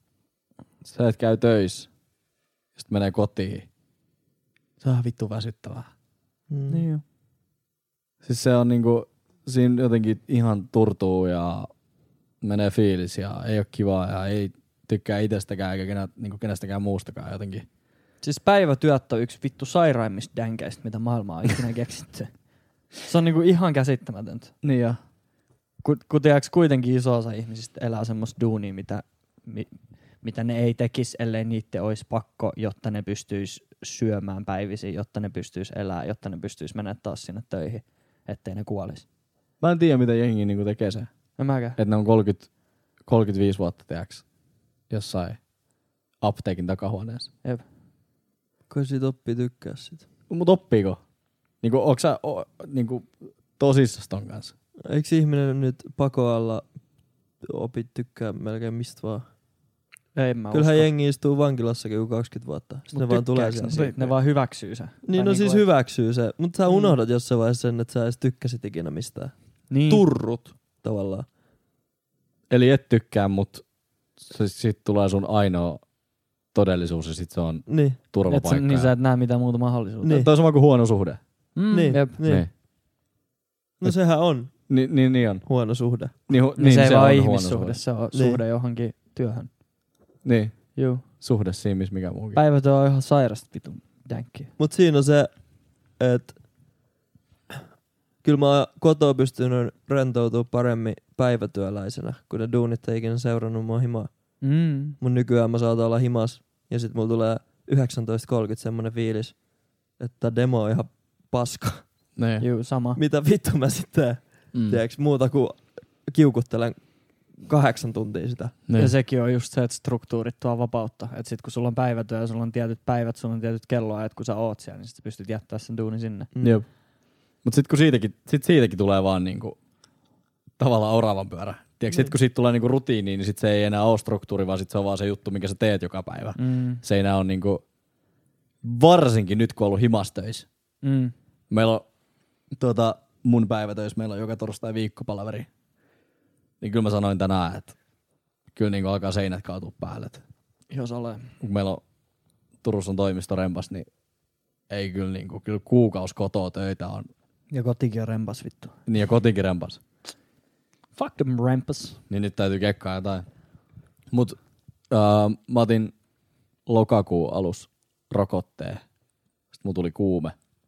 sä et käy töissä, sit menee kotiin. Se on vittu väsyttävää. Mm. Niin jo. Siis se on niinku, siinä jotenkin ihan turtuu ja menee fiilis ja ei ole kivaa ja ei tykkää itsestäkään eikä kenä, niinku kenestäkään muustakaan jotenkin. Siis päivätyöt on yksi vittu sairaimmista dänkeistä, mitä maailmaa on ikinä keksitty. Se on niinku ihan käsittämätöntä. Niin ja. Kun, kun tiedätkö, kuitenkin iso osa ihmisistä elää semmoista duunia, mitä, mi, mitä ne ei tekisi, ellei niitä olisi pakko, jotta ne pystyisi syömään päivisin, jotta ne pystyisi elämään, jotta ne pystyisi mennä taas sinne töihin, ettei ne kuolisi. Mä en tiedä, mitä jengi niinku tekee se. En mäkään. Että ne on kolmekymmentä, kolmekymmentäviisi vuotta, tiedäks, jossain apteekin takahuoneessa. Jep. Kai siitä oppii tykkää sitä. Mut oppiiko? Niinku, onko sä o, niinku, tosissas ton kanssa? Eikö ihminen nyt pakoalla opit tykkää melkein mistä vaan? Ei mä Kyllähän usko. jengi istuu vankilassakin joku kaksikymmentä vuotta. Sitten Mut ne vaan tulee tykkääks sieltä. ne, ne vaan hyväksyy sen. Niin Tai no siis niinku, hyväksyy se, mutta sä Mm. unohdat jossain vaiheessa sen, että sä edes tykkäsit ikinä mistään. niin. Turrut tavallaan. Eli et tykkää, mut se, sit tulee sun ainoa todellisuus ja sit se on Niin, Et sä, turvapaikka. niin sä et näe mitään muuta mahdollisuutta. Niin. Toi on sama kuin huono suhde. Mm, niin, jep. niin. Niin. No sehän on Ni, niin, niin on. huono suhde. Niin, hu, Niin, niin se ei se vaan on ihmissuhde, huono suhde. se on Niin. suhde johonkin työhön. Niin, Juu. suhde siinä, missä mikä muukin. Päivätyö on ihan sairasta vitun dänkkiä. Mut siinä on se, että kyllä mä oon kotoa pystynyt rentoutumaan paremmin päivätyöläisenä, kun ne duunit ei ikinä seurannut mua himaa. Mm. Mun nykyään mä saatan olla himas ja sit mulla tulee yhdeksäntoista kolmekymmentä semmonen fiilis, että demo on ihan paska. Niin. Juu, sama. Mitä vittu mä sitten teen? Mm. Tiedätkö, muuta kuin kiukuttelen kahdeksan tuntia sitä. Ja Niin. sekin on just se, että struktuurit tuo vapautta. Että sit kun sulla on päivätyö ja sulla on tietyt päivät, sulla on tietyt kelloajat, kun sä oot siellä, niin sit sä pystyt jättää sen duunin sinne. Mm. Jep. Mut sit kun siitäkin, sit siitäkin tulee vaan niinku tavallaan oravan pyörä. Tiedätkö, sit kun siitä tulee niinku rutiiniin, niin sit se ei enää ole struktuuri, vaan sit se on vaan se juttu, minkä sä teet joka päivä. Mm. Se ei enää ole niinku, varsinkin nyt kun on ollut himastöissä. Mm. Meillä on tuota, mun päivätöissä, meillä on joka torstai viikkopalaveri. Niin kyllä mä sanoin tänään, että kyllä niinku alkaa seinät kaatua päälle. Et Jos ole. kun meillä on Turussa on toimisto rempas, niin ei kyllä niinku, kyllä kuukaus kotoa töitä on. Ja kotikin on rempas vittu. Niin ja kotikin rempas. Fuck them rempas. Niin nyt täytyy kekkaa jotain. Mut äh, mä otin lokakuun alus rokotteen. Sitten mulla tuli kuume.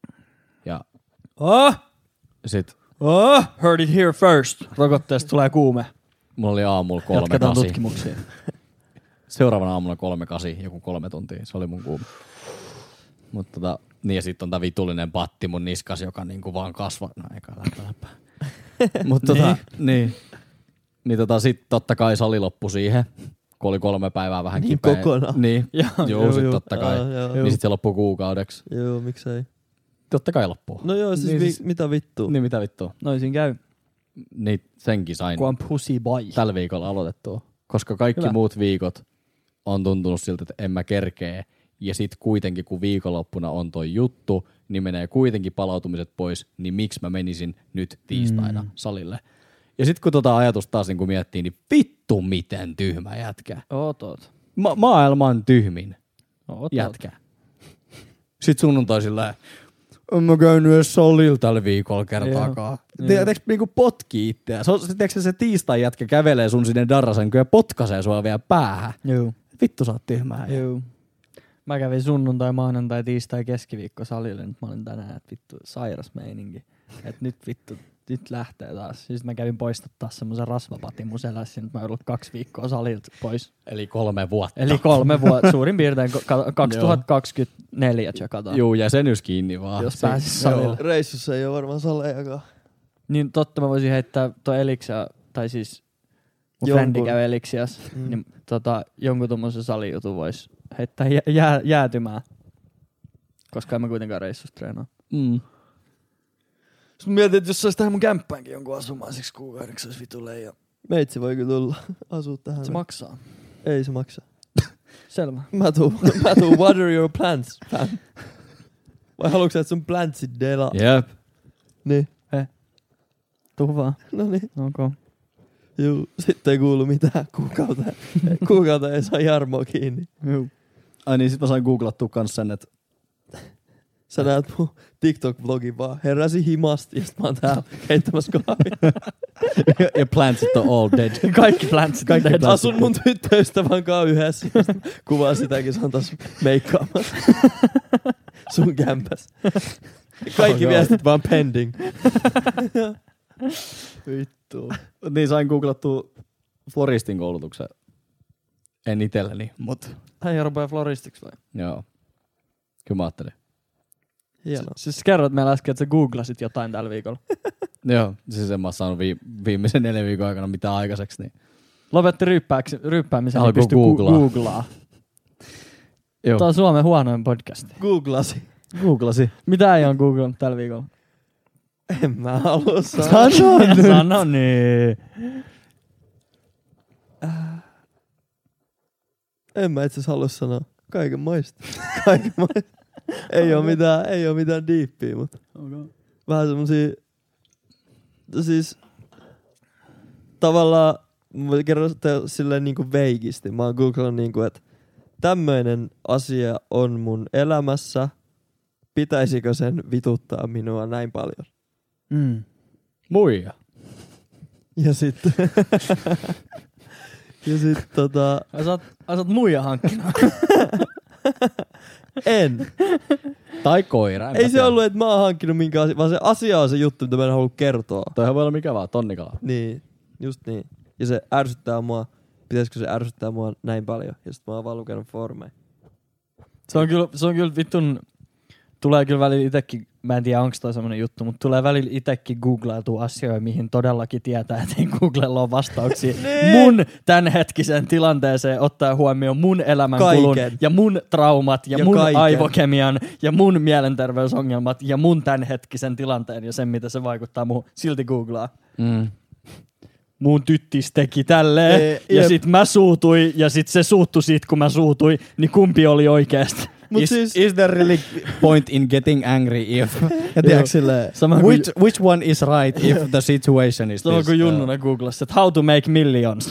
Ja Oh! sit Oh! Heard it here first. Rokotteesta tulee kuume. mulla oli aamulla kolme Jatketaan kasi. tutkimuksia. Seuraavana aamulla kolme kasi, joku kolme tuntia. Se oli mun kuume. Mut tota, niin ja sit on tää vitullinen patti mun niskas, joka niinku vaan kasvaa. No eikä läppä läppä. Mut tota, niin. Niin tota sit totta kai sali loppu siihen, kun oli kolme päivää vähän Niin kipeä. kokonaan. Niin, Joo, joo, joo, sit joo. totta kai. Aa, joo. Niin sit se loppuu kuukaudeksi. Joo, miksei. Totta kai loppuu. No joo, siis, Niin vi- siis- mitä vittua. Niin mitä vittua. Noin siinä käy. Niin senkin sain Kun on pussy boy. tällä viikolla aloitettua. Koska kaikki Hyvä. muut viikot on tuntunut siltä, että en mä kerkee. Ja sit kuitenkin kun viikonloppuna on toi juttu, niin menee kuitenkin palautumiset pois, niin miksi mä menisin nyt tiistaina Mm. salille. Ja sit kun tota ajatusta taas niin kun miettii, niin vittu miten tyhmä jätkä. Oot, oot. Ma- maailman tyhmin Oot, jätkä. Sitten sunnuntai silleen, en mä käynyt edes salilla tällä viikolla kertaakaan. Tiedätkö niinku potkii itseään? Se, on, tiedätkö, se tiistai jätkä kävelee sun sinne darrasenkyyn ja potkaisee sua vielä päähän. Joo. Vittu sä oot tyhmää. Joo. Mä kävin sunnuntai, maanantai, tiistai, keskiviikko salille. Nyt mä olin tänään, että vittu sairas meininki. Että nyt vittu, nyt lähtee taas. Siis mä kävin poistattaa semmosen rasvapatin mun selässä. Nyt mä oon ollut kaksi viikkoa salilta pois. Eli kolme vuotta. Eli kolme vuotta, suurin piirtein kaksituhattakaksikymmentäneljä tsekataan. Juu, jäsenyys kiinni vaan. Jos pääsis salille. Reissussa ei ole varmaan salejakaan. Niin totta mä voisin heittää tuo Elixia, tai siis mun Jonkun. frendi käy Elixias, Mm. niin tota, jonkun tommosen salijutun vois heittää jä, jää, jäätymään. Koska en mä kuitenkaan reissussa treenaa. Mm. Sitten mietin, että jos saisi tähän mun kämppäänkin jonkun asumaan siksi kuukaudeksi, se olisi vitu leija. Meitsi voi kyllä tulla asua tähän. Se maksaa. Ei se maksa. Selvä. Mä tuun, mä tuun water your plants, fam. Vai haluatko sä, että sun plantsit delaa? Jep. Niin. Tuu vaan. No niin. Okay. Juu. Sitten ei kuulu mitään kuukautta. Kuukautta ei saa Jarmoa kiinni. Juu. Ai niin, sit mä sain googlattua kans sen, että Sä näet mun TikTok-vlogin vaan. Heräsi himasti ja sit mä oon täällä heittämässä kahvia. ja plantsit on all dead. Kaikki plantsit. Kaikki Et asun mun tyttöystävän kanssa yhdessä. Kuvaa sitäkin, se on taas meikkaamassa. Sun kämpäs. Kaikki Oh, viestit vaan pending. Vittu. Niin sain googlattua floristin koulutuksen. En itselleni, mut Hän rupeaa floristiksi vai? joo. Kyllä mä ajattelin. Hienoa. Siis kerrot meillä äsken, että sä googlasit jotain tällä viikolla. Joo, siis en mä oon saanut vi- viimeisen neljän viikon aikana mitään aikaiseksi. Niin. Lopetti ryyppääksi, ryyppäämisen, niin Alkoi pystyi googlaa. googlaa. googlaa. Joo. Tämä on Suomen huonoin podcast. Googlasi. Googlasi. Mitä ei ole googlannut tällä viikolla? En mä halua sanoa. Sano nyt. Sano niin. En mä itse asiassa halua sanoa. Kaiken maista. Kaiken maista. Ei oo mitään, ei oo mitään diippiä, mutta Okay. vähän semmosia, siis tavallaan, mä kerron te- silleen niinku veikisti. Mä oon googlannut niinku, että tämmöinen asia on mun elämässä. Pitäisikö sen vituttaa minua näin paljon? Mm. Muija. Ja sitten ja sit tota, Ai sä oot, ai sä oot muija hankkinut. en. Tai koira. en Ei mä se tiedä. ollut, että mä oon hankkinut minkä asia, vaan se asia on se juttu, mitä mä en halua kertoa. Toihan voi olla mikä vaan, tonnikala. Niin, just niin. Ja se ärsyttää mua. Pitäisikö se ärsyttää mua näin paljon? Ja sit mä oon vaan lukenut foorumeja. Se on kyllä, se on kyllä vittun, tulee kyllä välillä itekin, mä en tiedä onko toi semmonen juttu, mutta tulee välillä itekin googlailtua asioita, mihin todellakin tietää, että ei Googlella ole vastauksia mun tämänhetkisen tilanteeseen, ottaa huomioon mun elämänkulun Kaiken. ja mun traumat ja, Ja mun kaiken. aivokemian ja mun mielenterveysongelmat ja mun tämänhetkisen tilanteen ja sen, mitä se vaikuttaa muuhun. Silti googlaa. Mm. Mun tyttis teki tälleen, Ee, ja jep. sit mä suutuin, ja sit se suuttui siitä, kun mä suutuin, niin kumpi oli oikeesti? Mut is, siis, is there really point in getting angry if... Ja tiedätkö silleen, Sama kuin- which, which one is right if the situation is Se on this? kuin Junnunen googlasi, että how to make millions.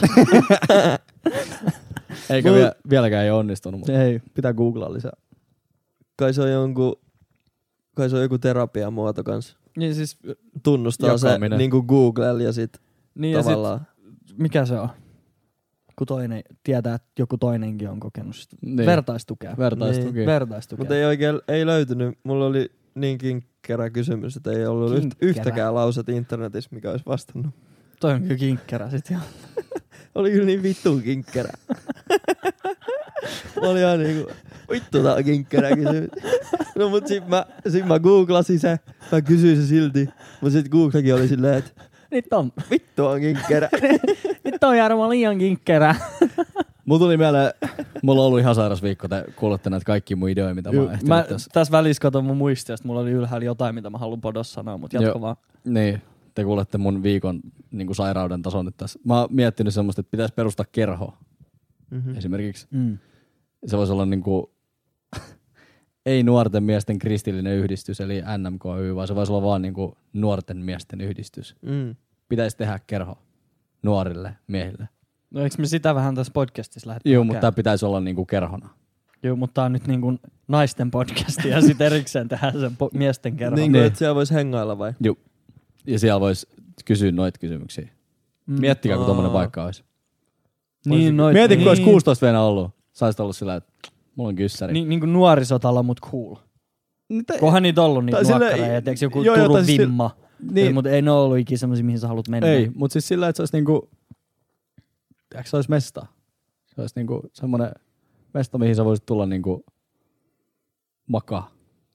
Eikä Mut- vie, vieläkään ei onnistunut, mutta Ei. pitää googlaa lisää. kai se on jonkun, kai se on joku terapiamuoto kans. Niin siis, Tunnustaa Jakaminen. se niinku Googlella ja sit niin ja sit, tavallaan. mikä se on? Kun toinen tietää, että joku toinenkin on kokenut sitä. Niin. Vertaistukea. Vertaistuki. Niin. Vertaistukea. Mutta ei oikein, ei löytynyt. Mulla oli niin kinkkerä kysymys, että ei ollut yht, Kinkkerä. yhtäkään lauset internetissä, mikä olisi vastannut. Toi on kyllä kinkkerä sit jo. Oli kyllä niin vittu kinkkerä. Mä olin ihan niinku, vittu tää on kinkkerä kysymys. No mut sit mä, sit mä googlasin se, mä kysyin se silti. Mut sit Googlekin oli silleen, että Nyt on. vittu on kinkkerä. Nyt on Jarmo liian kinkkerä. Mulla tuli mieleen, mulla on ollut ihan sairas viikko, te kuulette näitä kaikki mun ideoja, mitä mä oon ehtinyt Mä tässä. tässä välissä katon mun muistiosta, mulla oli ylhäällä jotain, mitä mä haluan podos sanoa, mutta jatko Joo. vaan. Niin, te kuulette mun viikon niin kuin sairauden tason nyt tässä. Mä oon miettinyt semmoista, että pitäisi perustaa kerho Mm-hmm. esimerkiksi. Mm. Se voisi olla niinku, ei nuorten miesten kristillinen yhdistys, eli N M K Y, vaan se voisi olla vaan niinku nuorten miesten yhdistys. Mm. pitäisi tehdä kerho nuorille miehille. No eikö me sitä vähän tässä podcastissa lähdetty? Joo, mutta tämä pitäisi olla niinku kerhona. Joo, mutta tää on nyt niinku naisten podcasti ja sit erikseen tehdään sen po- miesten kerran. Niin kuin, että siellä voisi hengailla vai? Joo. Ja siellä voisi kysyä noita kysymyksiä. Mm. Miettikää, kun tommonen paikka olisi. Niin, noit, Mieti, kun niin. olisi kuusitoista vuotta ollut. Saisit ollut sillä, että mulla on kyssäri. Niin, niin kuin nuorisotalo, mut cool. Mitä? Kohan niitä ollut niitä Tai sille- nuokkareja, tiiäks joku joo, joo, Turun tai siis Vimma. Niin. Ei, mutta ei ne ole ollut ikinä semmosia, mihin sä haluat mennä. Ei, mutta siis sillä, että se olisi niinku, tiedätkö, se olisi mesta. Se olisi niinku semmoinen mesta, mihin sä voisit tulla niinku makaa.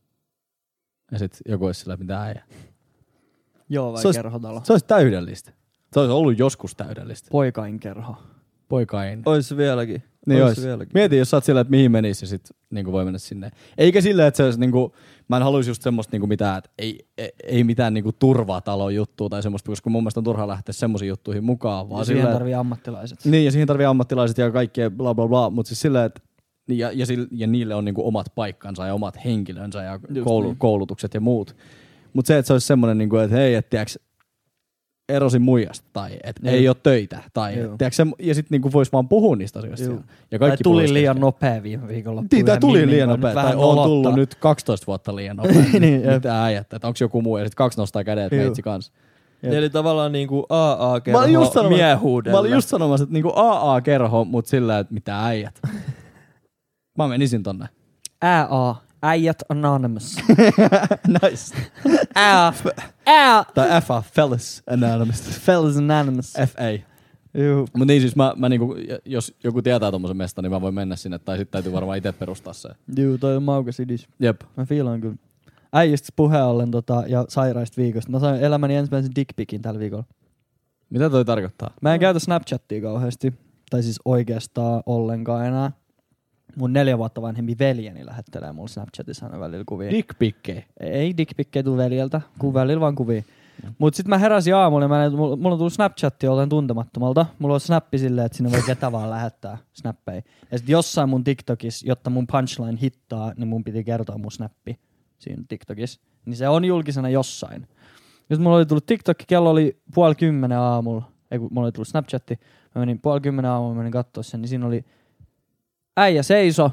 Ja sit joku olisi sillä, että mitä äijä. Joo, vai Se olisi- kerhotalo? Se olisi täydellistä. Se olisi ollut joskus täydellistä. Poikain kerho. Poikain. Ois se vieläkin. Niin Ois ois. se vieläkin. Mieti, jos sä oot sillä, että mihin menisi ja sit niinku voi mennä sinne. Eikä sillä, että se olisi niinku, mä en haluaisi just semmoista niinku mitään, että ei, ei, ei mitään niinku turvatalon juttua tai semmoista, koska mun mielestä on turha lähteä semmoisiin juttuihin mukaan. Vaan Ja siihen sillä, tarvii ammattilaiset. niin, ja siihen tarvii ammattilaiset ja kaikkea bla bla bla, mutta siis sillä, että ja, ja, sillä, ja niille on niinku omat paikkansa ja omat henkilönsä ja koulu, niin. koulutukset ja muut. Mutta se, että se olisi semmoinen, niinku, että hei, että tiiäks, erosin muijasta tai että Joo. ei ole töitä. Tai, Joo. tiiäks, se, ja sitten niinku voisi vaan puhua niistä asioista. Joo. siellä. Ja Tai kaikki tuli puhuisi liian keskenään. nopea viime viikolla. Niin, tää tuli liian nopea. Tai on tullut nyt kaksitoista vuotta liian nopea. Niin, jep. Mitä äijät, että onko joku muu. Ja sitten kaksi nostaa kädet Joo. meitsi kanssa. Jep. Eli tavallaan niinku A Mä olin A-kerho just sanomassa, miehuudelle. mä olin just sanomassa, että niinku A A-kerho, mutta sillä, että mitä äijät. Mä menisin tonne. Ä A. Äijät Anonymous. Nice. Ä Ä Tai F A, Fellas Anonymous. Fellas Anonymous. F A. Juu. Mut niin siis mä, mä niinku, jos joku tietää tommosen mestan, niin mä voin mennä sinne. Tai sit täytyy varmaan itse perustaa se. Juu, toi on maukas idis. Jep. Mä fiilaan kyllä. Äijistä puheen ollen tota, ja sairaista viikosta. Mä sain elämäni ensimmäisen dickpicin tällä viikolla. Mitä toi tarkoittaa? Mä en käytä Snapchattia kauheasti. Tai siis oikeastaan ollenkaan enää. Mun neljä vuotta vanhempi veljeni lähettelee mulle Snapchatissa aina välillä kuvia. Dickpikkejä. Ei dickpikkejä tuu veljeltä, kun välillä vaan kuvia. Mut sit mä heräsin aamulla ja mä näin, mulla, mulla on tullut Snapchatti joltain tuntemattomalta. Mulla on snappi silleen, että sinne voi ketä vaan lähettää snappeja. Ja sit jossain mun TikTokissa, jotta mun punchline hittaa, niin mun piti kertoa mun snappi siinä TikTokissa. Niin se on julkisena jossain. Jos mulla oli tullut TikTok, kello oli puoli kymmenen aamulla. Ei kun mulla oli tullut Snapchatti. Mä menin puoli kymmenen aamulla, mä menin kattoo sen, niin siinä oli äijä seiso.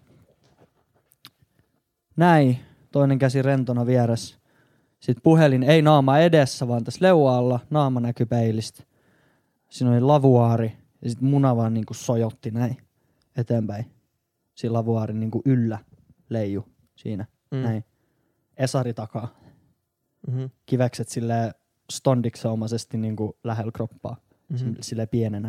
Näin. Toinen käsi rentona vieressä. Sitten puhelin ei naama edessä, vaan tässä leualla. Naama näkyi peilistä. Siinä oli lavuaari. Ja sitten muna vaan niinku sojotti näin eteenpäin. Siinä lavuaarin niinku yllä leiju siinä. Mm. Näin. Esari takaa. Mm-hmm. Kivekset silleen stondikseomaisesti niinku lähellä kroppaa. Mhm. Mm-hmm. Silleen pienenä.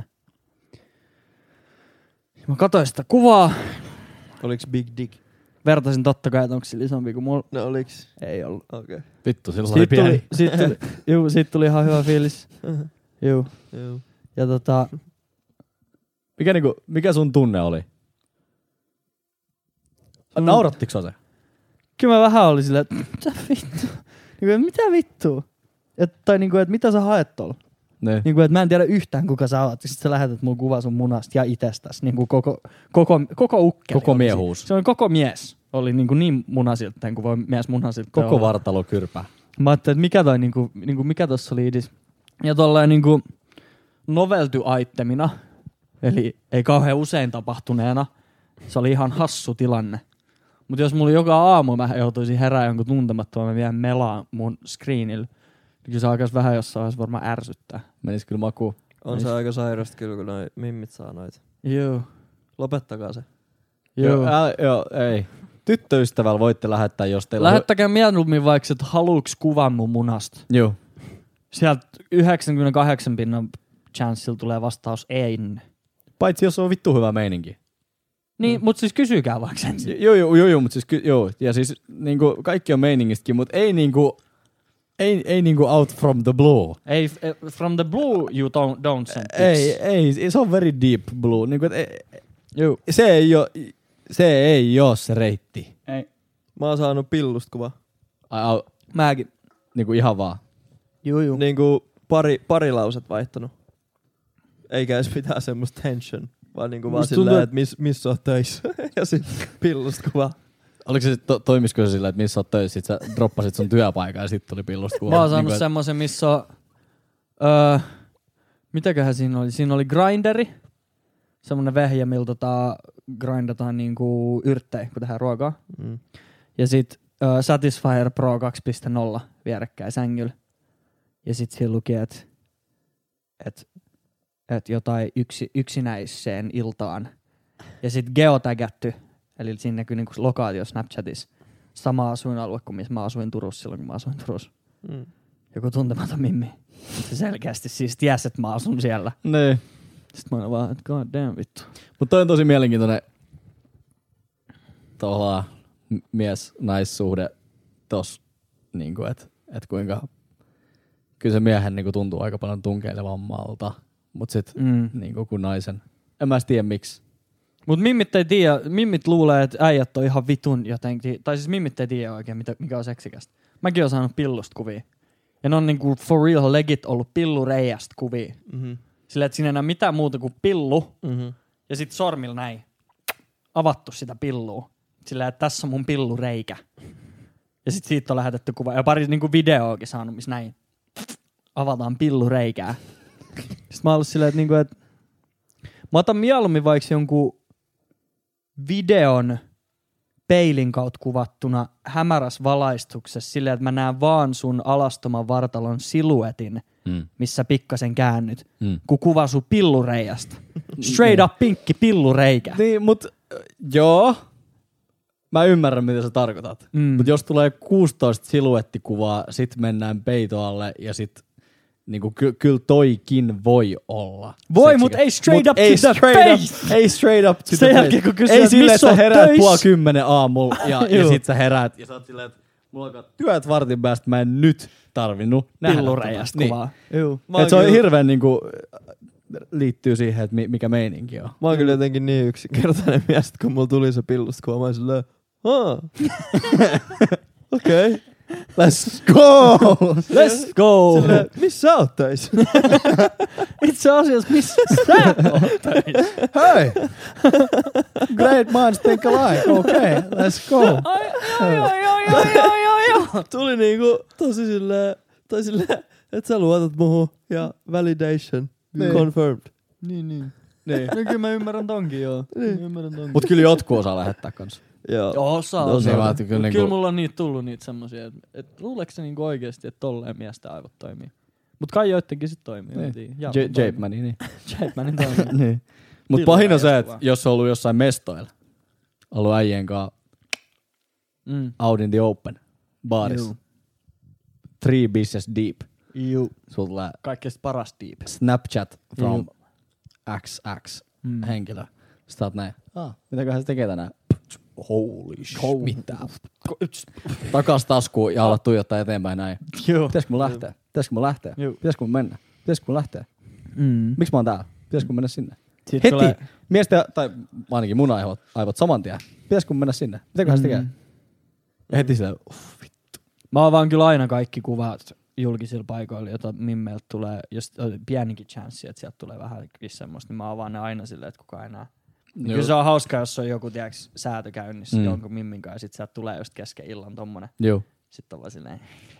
Mä katsoin sitä kuvaa. Oliks Big Dick? Vertasin totta kai, että onko sillä isompi kuin mulla. No oliks? Ei ollut. Okei. Okay. Vittu, silloin oli Siitä pieni. tuli, siitä, tuli, juu, siitä tuli ihan hyvä fiilis. Juu. Joo. Ja tota, Mikä, niinku, mikä sun tunne oli? Sun- Naurattiko se? kyllä mä vähän olin silleen, että mitä vittu? Niinku, että mitä vittua? Et, tai niinku, että mitä sä haet tuolla? Ne. Niinku, että mä en tiedä yhtään kuka sä oot. Sitten sä lähetät mun kuva sun munasta ja itestäs. Niinku koko, koko, koko ukkeli. Koko oli miehuus. siinä. Se on koko mies. Oli niinku niin munasilta kuin voi mies munasilta Koko olla. vartalo kyrpä. Mä ajattelin, että mikä toi niinku, niinku mikä tossa oli idis. Ja tollain niinku novelty itemina, eli ei kauhean usein tapahtuneena, se oli ihan hassu tilanne. Mutta jos mulla joka aamu mä joutuisin herää jonkun tuntemattoman, mä vien melaan mun screenillä, niin kyllä se alkaisi vähän jossain vaiheessa varmaan ärsyttää. Menis kyllä makuun. On se aika sairasta kyllä, kun noi mimmit saa noita. Joo. Lopettakaa se. Joo. Joo, ää, joo, ei. Tyttöystävällä voitte lähettää, jos teillä Lähettäkää mieluummin vaikka, että haluuks kuvan mun munasta. on... Joo. Sieltä yhdeksänkymmentäkahdeksan pinnan chanceilla tulee vastaus ei. Paitsi jos on vittu hyvä meininki. Niin, mm. mut siis kysykää vaikka ensin. Joo, joo, joo, joo, mutta siis, ky- joo. Ja siis niinku, kaikki on meiningistäkin, mutta ei niinku, ei, ei niinku out from the blue. Ei, from the blue you don't, don't send pics. Ei, ei, se on very deep blue. Niinku, et, ei, Joo. se ei oo, se ei oo se reitti. Ei. Mä oon saanut pillusta kuva. Ai, au, Mäkin. niinku ihan vaan. Juu, juu. Niinku pari, pari lauset vaihtanut. Eikä edes mitään semmoista tension. Vaan niinku vaan Musta silleen, tuntuu, että miss, missä oot töissä. Ja sit pillusta kuva. Oliko se sit, to, toimisiko se sillä, että missä oot töissä, sit sä droppasit sun työpaikan ja sit tuli pillusta kuva? Mä oon saanut Niinku, et- semmosen, missä on Öö, mitäköhän siinä oli? Siinä oli grinderi. Semmonen vehje, millä tota grindataan niinku yrttejä, kun tehdään ruokaa. Mm. Ja sit uh, Satisfyer Pro kaksi piste nolla vierekkäin sängyllä. Ja sit siinä luki, että et, et jotain yksi, yksinäiseen iltaan. Ja sit geotagatty, eli siinä näkyy niinku lokaatio Snapchatissa. Sama asuinalue kuin missä mä asuin Turussa silloin, kun mä asuin Turussa. Mm. Joku tuntematon mimmi. Se selkeästi siis tiesi, että mä asun siellä. Niin. Sitten mä olin vaan, että god damn vittu. Mutta toi on tosi mielenkiintoinen tuolla mies-naissuhde tossa, niinku, että et kuinka kyllä se miehen niinku tuntuu aika paljon tunkeilevammalta, mutta sit Mm. niinku kuin naisen. En mä tiedä miksi. Mut mimmit ei tiedä, mimmit luulee, että äijät on ihan vitun jotenkin, tai siis mimmit ei tiedä oikein, mitä, mikä on seksikästä. Mäkin oon saanut pillusta kuvia. Ja ne on niinku for real legit ollut pillureijästä kuvia. Mm-hmm. Silleen, että siinä ei enää mitään muuta kuin pillu, Mm-hmm. ja sit sormilla näin. Avattu sitä pillua. Silleen, että tässä on mun pillureikä. Ja sit siitä on lähetetty kuva. Ja pari niinku videoakin saanut, missä näin. Avataan pillureikää. Sitten mä oon ollut silleen, että niinku, et mä otan mieluummin vaikka jonkun videon peilin kautta kuvattuna hämärässä valaistuksessa silleen, että mä näen vaan sun alastoman vartalon siluetin, Mm. missä pikkasen käännyt, Mm. kun kuva sun pillureijasta. Straight up pinkki pillureikä. Niin, mut joo. Mä ymmärrän, mitä sä tarkoitat. Mm. Mut jos tulee kuusitoista siluettikuvaa, sit mennään peitoalle ja sit niinku ky- kyllä toikin voi olla. Voi, seksikäs. mut ei straight Mut up ei to the straight face. Up, ei straight up to Sen the jälkeen, face. kun kysyy, ei että silleen, missä että sä oot heräät töissä. puoli kymmenen aamulla ja, ja Juu. sit sä heräät ja sä oot silleen, että mulla alkaa työt vartin päästä, mä en nyt tarvinnut nähdä Pillureijasta tota. kuvaa. Juu. Mä Et oon se on kyllä- hirveän niinku, liittyy siihen, että mi- mikä meininki on. Mä oon kyllä jotenkin niin yksinkertainen mies, että kun mulla tuli se pillusta kuva, mä oon silleen, haa. Okei. Let's go! Let's go! Silleen, missä sä oot töissä? Itse asiassa, missä sä oot töissä? Hei! Great minds think alike. Okay, let's go. Ai, joo, joo, joo, joo, joo, joo, joo. Tuli niinku tosi silleen, tai silleen, että sä luotat muhun ja validation Niin. confirmed. Niin, niin. Niin. No kyllä mä ymmärrän tonkin, joo. Niin. Mä ymmärrän tonkin. Mut kyllä jotkut osaa lähettää kans. Joo. Joo, osaa, No, osaa. se vaatii kyllä Mut niinku- kyllä mulla on niitä tullut niitä semmosia, että et luuleeko se niinku oikeesti, että tolleen miesten aivot toimii. Mut kai joittenkin sit toimii. Niin. Niin. J- Japemani, niin. Japemanin toimii. niin. Mut Pillu pahin on se, räjästä että vaan. jos on ollut jossain mestoilla, ollut äijien kanssa Mm. out in the open, baarissa, Juu. three business deep, Juu. sulla tulee Kaikkein paras deep. Snapchat from X X Mm. henkilö. Sitten oot näin, ah, mitäköhän se tekee tänään? Holy shit, mitä? Takas taskuun ja alat tuijottaa eteenpäin näin. Joo. Pitäisikö mun lähteä? Pitäisikö mun lähteä? Joo. Pitäisikö mun mennä? Pitäisikö mun lähteä? Mm. Miksi mä oon täällä? Pitäisikö mun mennä sinne? Sitten Heti tulee- miestä, tai ainakin mun aivot, aivot saman tien. Pitäisikö mun mennä sinne? Mitäköhän se tekee? Mm. Ja heti silleen, uff, vittu. Mä oon vaan kyllä aina kaikki kuvat julkisilla paikoilla, jota mimmeiltä tulee, jos on pienikin chanssi, että sieltä tulee vähän semmoista, niin mä oon vaan ne aina silleen, että kukaan enää. Niin kyllä se on hauskaa, jos on joku tiiäks, säätö käynnissä Mm. mm. jonkun mimmin kanssa, ja sit sieltä tulee just kesken illan tommonen. Joo. Sitten on vaan silleen.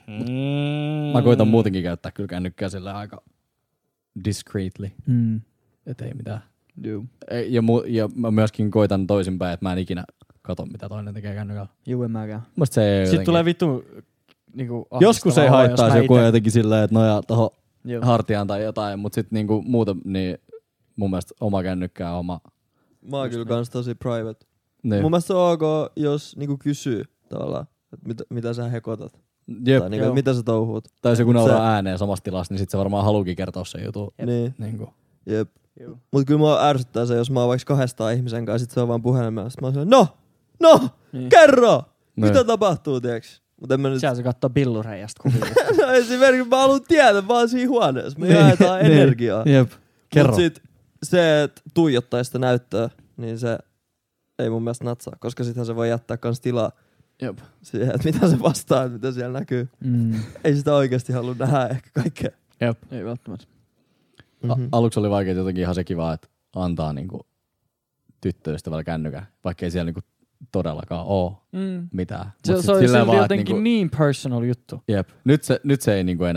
Mä koitan muutenkin käyttää kyllä kännykkää silleen aika discreetly, Mm. et ei mitään. Joo. Ei, Ja, mu- ja mä myöskin koitan toisinpäin, että mä en ikinä katso, mitä toinen tekee kännykällä. Juu, en mäkään. Musta se ei Sitten jotenkin- tulee vittu niinku Joskus ei ahdistavaa, haittaa, jos jos mä joku on ite- jotenkin silleen, että nojaa tohon Joo. hartiaan tai jotain, mutta sitten niinku muuta, niin mun mielestä oma kännykkää, oma... Mä oon kyllä kans tosi private. Niin. Mun mielestä se on ok, jos niinku kysyy tavallaan, että mitä, mitä sä hekotat. Jep. Tai niinku, Joo. mitä sä touhuut. Tai jos joku Mut nauraa se- ääneen samassa tilassa, niin sit se varmaan haluukin kertoa sen jutun. Jep. Niin, Niinku. jep. Joo. Mut kyllä mua ärsyttää se, jos mä oon vaikka kahdestaan ihmisen kanssa, sit se on vaan puhelimella. Sit mä oon silleen, no, no, Niin. kerro! Niin. Mitä tapahtuu, tiiäks? Mut en mä nyt... Siellä se kattoo pillureijasta kuvia. No esimerkiksi mä haluan tietää vaan siinä huoneessa. Me jaetaan Niin. energiaa. Jep. Kerro. Mut sit se, että tuijottaa sitä näyttöä, niin se ei mun mielestä natsaa. Koska sittenhän se voi jättää kans tilaa Jep. siihen, että mitä se vastaa, että mitä siellä näkyy. mm. Ei sitä oikeasti halua nähdä ehkä kaikkea. Jep. Ei välttämättä. A- Mhm. aluksi oli vaikea jotenkin ihan se kiva, että antaa niinku tyttöystävällä kännykän, vaikka ei siellä niinku todellakaan oo Mm. mitään. Se, Mut sit se on silleen silti vaan, et jotenkin niinku, niin personal juttu. Jep. Nyt se, nyt se ei niinku enää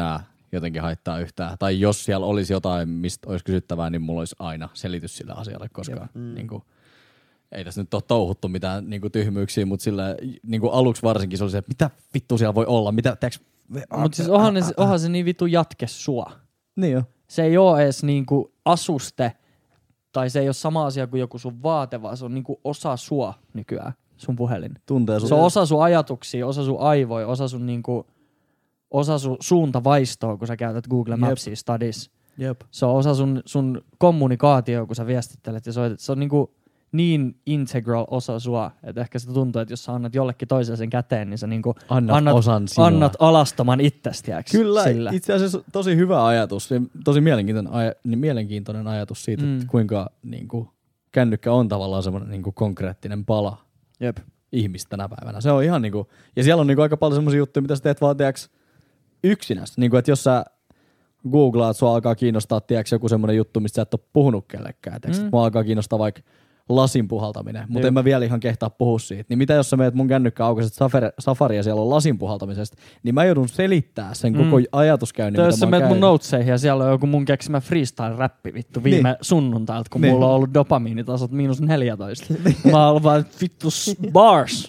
jotenkin haittaa yhtään. Tai jos siellä olisi jotain, mistä olisi kysyttävää, niin mulla olisi aina selitys sille asialle, koska Mm. niin kuin, ei tässä nyt ole touhuttu mitään niin kuin tyhmyyksiä, mutta sillä niin kuin aluksi varsinkin se oli se, että mitä vittu siellä voi olla, mitä, teeks, Mutta siis onhan, ne, onhan se niin vittu jatke sua. Niin jo. Se ei oo edes niinku asuste, tai se ei ole sama asia kuin joku sun vaate, vaan se on niinku osa sua nykyään, sun puhelin. Tuntee Se on osa sun ajatuksia, osa sun aivoja, osa sun niinku, osa sun suuntavaistoa, kun sä käytät Google Mapsia Studies. Jep. Se on osa sun, sun kommunikaatioa, kun sä viestittelet ja soitat. Se on niinku niin integral osa sua, että ehkä se tuntuu, että jos sä annat jollekin toiselle sen käteen, niin sä niinku Annat, annat, osan sinua. annat alastoman itsestäsi. Kyllä, sillä. itse asiassa tosi hyvä ajatus, tosi mielenkiintoinen, aja, niin mielenkiintoinen ajatus siitä, mm. että kuinka niin kuin, kännykkä on tavallaan semmoinen niin kuin konkreettinen pala Jep. ihmistä tänä päivänä. Se on ihan niin kuin, ja siellä on niin kuin aika paljon semmoisia juttuja, mitä sä teet vaan tiiäks, yksinästä. Niin kuin, että jos sä googlaat, sua alkaa kiinnostaa tiiäks, joku semmoinen juttu, mistä sä et ole puhunut kellekään. Tiiäks, mm. Mua alkaa kiinnostaa vaikka lasin puhaltaminen, mutta en mä vielä ihan kehtaa puhua siitä. Niin mitä jos sä meet mun kännykkä aukaiset safari, safari ja siellä on lasin puhaltamisesta, niin mä joudun selittää sen koko mm. ajatuskäynnin, tai mitä jos sä mä meet oon mun käynyt. noteseihin ja siellä on joku mun keksimä freestyle-räppi vittu viime Niin. sunnuntailta, kun Niin. mulla on ollut dopamiinitasot miinus neljätoista. Mä oon ollut vaan vittu s- bars.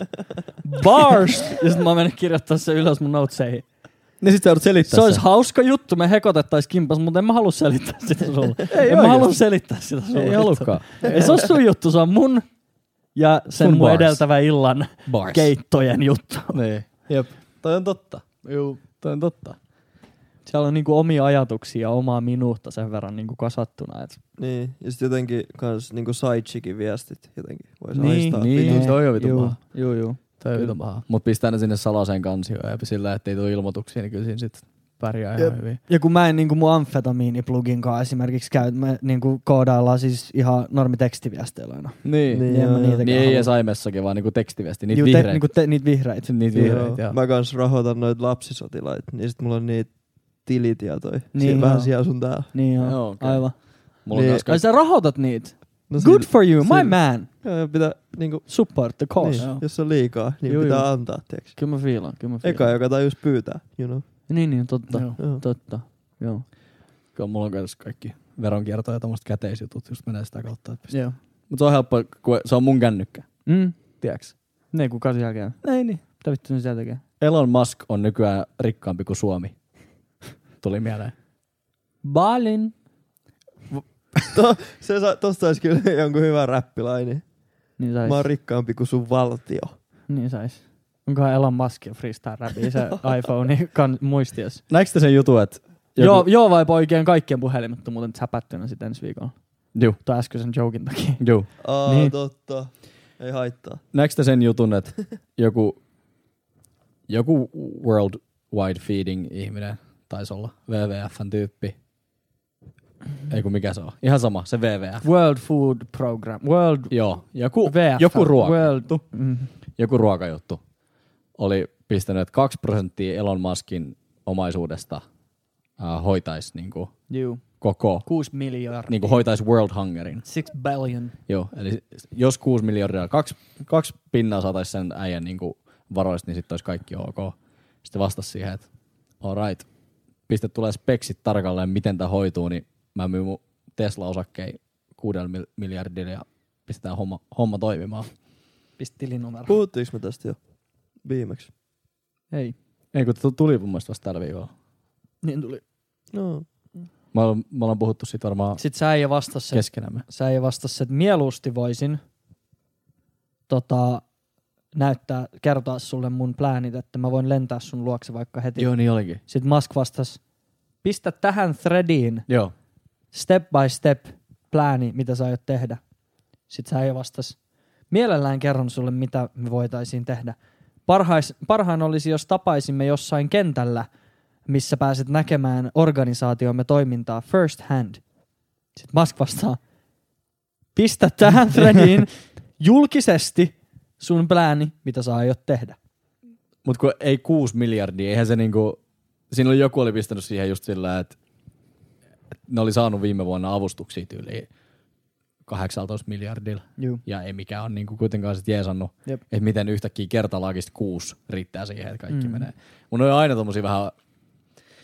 Bars! Ja sit mä oon mennyt kirjoittaa se ylös mun noteseihin. Niin sit sä joudut selittää Se olisi sen. hauska juttu, me hekotettais kimpas, mutta en mä halua selittää sitä sulle. Ei en mä oikeesti. halua selittää sitä sulle. Ei halukkaan. Ei se ole sun juttu, se on mun ja sen Sun mun bars. edeltävä illan Bars. keittojen juttu. Niin. Jep. Toi on totta. Juu. Toi on totta. Siellä on niinku omia ajatuksia ja omaa minuutta sen verran niinku kasattuna. Et Niin, ja sitten jotenkin kans niinku sidechickin viestit jotenkin voisi Niin, haistaa. niin. vitusti. toi on vitun Juu, paha. juu, juu. Toi on vitun paha. Mut pistää ne sinne salaseen kansioon ja sillä, ettei tule ilmoituksia, niin kyllä siinä sit pärjää ihan Jep. hyvin. Ja kun mä en niinku mun amfetamiini-plugin kanssa esimerkiksi käy, me niinku koodaillaan siis ihan normitekstiviesteillä aina. Niin. Niin, Niin en mä joo, niitä- joo. Niin ei edes iMessakin, vaan niinku tekstiviesti. Niitä Juu, te, vihreitä. niinku te, niitä vihreitä. Niitä Joo, vihreitä, joo. Mä kans rahoitan noita lapsisotilaita, niin sit mulla on niitä tilitietoja. Niin, Niin, joo. vähän siellä sun täällä. Niin joo, Joo, okei. aivan. Mulla on Niin. kans Ai kaikki... sä rahoitat niitä? No Good siinä- for you, my siinä- man. Joo, ja pitää niinku, Support the cause. niin, jos on liikaa, niin Joo, pitää joo. antaa, tiiäks. Kyllä mä fiilan, kyllä mä fiilan. Eka, joka tajus pyytää, you know. Niin, niin, totta. Joo. Joo. Totta, joo. Kyllä mulla on kans kaikki veronkiertoja ja tommoset käteisjutut just menee sitä kautta. Että pistää. Joo. Mut se on helppo, kun se on mun kännykkä. Mm. Tiedäks? Ne kuka siellä käy. Ei niin. Mitä vittu ne siellä tekee? Elon Musk on nykyään rikkaampi kuin Suomi. Tuli mieleen. Balin. To, se sa, tosta olisi kyllä jonkun hyvä räppilaini. Niin sais. Mä oon rikkaampi kuin sun valtio. Niin sais. Onkohan Elon Muskin freestyle rappi se iPhone kan muistias? Näikö te sen jutun, että... Joo, joo vai poikien kaikkien puhelimet on muuten säpättynä sit ensi viikolla. Juu. Tuo äskeisen jokin takia. Juu. Aa, Niin. totta. Ei haittaa. Näikö te sen jutun, että joku, joku worldwide feeding ihminen taisi olla W W F:n tyyppi. Ei kun mikä se on. Ihan sama, se W W F. World Food Program. World Joo, joku, W F. joku ruoka. World. Mm. Joku ruokajuttu oli pistänyt, että kaksi prosenttia Elon Muskin omaisuudesta äh, hoitaisi niinku Juu. koko, Kuusi miljardia. niinku hoitaisi World Hungerin. Six billion. Joo, eli jos kuusi miljardia, kaksi, kaksi pinnaa saataisiin sen äijän niinku varoista, niin sitten olisi kaikki ok. Sitten vastasi siihen, että all right, piste tulee speksit tarkalleen, miten tämä hoituu, niin mä myyn mun Tesla-osakkeen kuudella mil- miljardilla ja pistetään homma, homma toimimaan. Pisti tilinumero. Puhuttiinko me tästä jo viimeksi? Ei. Ei kun tu- tuli mun mielestä vasta tällä viikolla. Niin tuli. No. Me ollaan, me ollaan puhuttu siitä varmaan Sitten sä ei vastasi se, keskenämme. sä ei vastasi se, että mieluusti voisin tota, näyttää, kertoa sulle mun pläänit, että mä voin lentää sun luokse vaikka heti. Joo, niin olikin. Sitten Musk vastasi, pistä tähän threadiin Joo. step by step plääni, mitä sä aiot tehdä. Sitten sä ei vastasi, mielellään kerron sulle, mitä me voitaisiin tehdä. Parhais, parhain olisi, jos tapaisimme jossain kentällä, missä pääset näkemään organisaatiomme toimintaa first hand. Sitten Musk vastaa, pistä tähän threadiin julkisesti sun plääni, mitä sä aiot tehdä. Mut kun ei kuusi miljardia, eihän se niinku... Siinä oli joku oli pistänyt siihen just sillä, että et ne oli saanut viime vuonna avustuksia tyyliin kahdeksantoista miljardilla. Juu. Ja ei mikään on niinku kuitenkaan sit jeesannut, Jep. että miten yhtäkkiä kertalaakista kuusi riittää siihen, että kaikki Mm. menee. Mun on aina tommosia vähän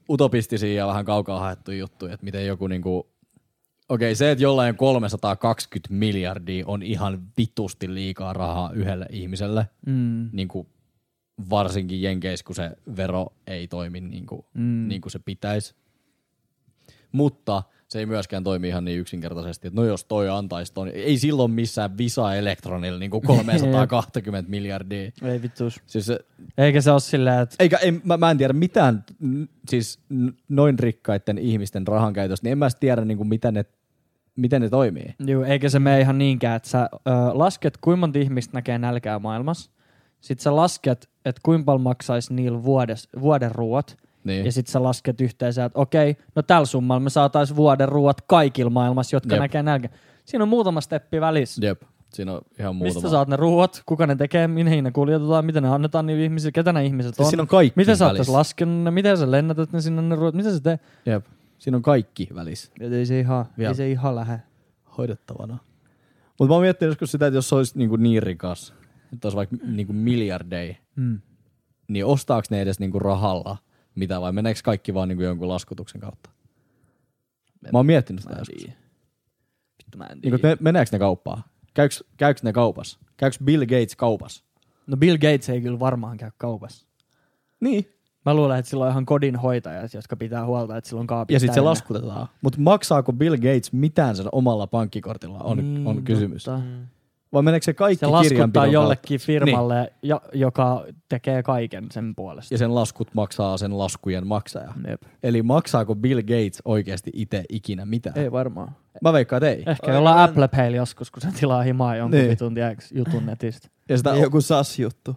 utopistisia ja vähän kaukaa haettuja juttuja, että miten joku niinku, okei okay, se, että jollain kolmesataakaksikymmentä miljardia on ihan vitusti liikaa rahaa yhdelle ihmiselle, Mm. niinku varsinkin Jenkeissä, kun se vero ei toimi niin kuin, Mm. niin kuin se pitäisi. Mutta se ei myöskään toimi ihan niin yksinkertaisesti, että no jos toi antaisi ton, ei silloin missään Visa Electronilla niin kuin kolmesataakaksikymmentä miljardia. Ei vittuus. Siis se, Eikä se ole silleen, että... eikä, ei, mä, mä en tiedä mitään n- siis n- noin rikkaiden ihmisten rahankäytöstä, niin en mä tiedä niin kuin miten, ne, miten ne toimii. Joo, eikä se mene ihan niinkään, että sä ö, lasket, kuinka monta ihmistä näkee nälkää maailmassa. Sitten sä lasket, että kuinka paljon maksaisi niillä vuodes, vuoden ruuat. Niin. Ja sitten sä lasket yhteensä, että okei, no tällä summalla me saatais vuoden ruuat kaikilla maailmassa, jotka Jep. näkee nälkää. Siinä on muutama steppi välissä. Jep, siinä on ihan muutama. Mistä saat ne ruuat, kuka ne tekee, minne ne kuljetetaan, miten ne annetaan niille ihmisille, ketä ne ihmiset Siis on. siinä on kaikki Miten sä oot välissä. tässä laskenut ne, miten sä lennätät ne sinne ne ruuat, mitä sä teet? Jep, siinä on kaikki välissä. Et ei se ihan, Vielä. ei se ihan lähde. Hoidettavana. Mutta mä oon miettinyt joskus sitä, että jos se olisi niinku niin rikas, että olisi vaikka niinku miljardeja, Mm. niin ostaako ne edes niinku rahalla mitä vai meneekö kaikki vaan niinku jonkun laskutuksen kautta? Mä oon miettinyt sitä joskus. Vittu mä en Niinku, tiedä. me, meneekö ne kauppaan? Käyks, käyks ne kaupassa? Käyks Bill Gates kaupassa? No Bill Gates ei kyllä varmaan käy kaupassa. Niin. Mä luulen, että sillä on ihan kodinhoitajat, jotka pitää huolta, että sillä on kaapit Ja sit se täynnä. laskutetaan. Mutta maksaako Bill Gates mitään sen omalla pankkikortilla on, Niin, on kysymys. totta. Vai meneekö se kaikki Se laskuttaa kirjanpidon jollekin kautta? firmalle, Niin. jo, joka tekee kaiken sen puolesta. Ja sen laskut maksaa sen laskujen maksaja. Jep. Eli maksaako Bill Gates oikeasti itse ikinä mitään? Ei varmaan. Mä veikkaan, että ei. Ehkä jollain Apple Paylla joskus, kun se tilaa himaa jonkun Niin. vitun tiedäks, jutun netistä. Ja sitä Niin joku S A S-juttu.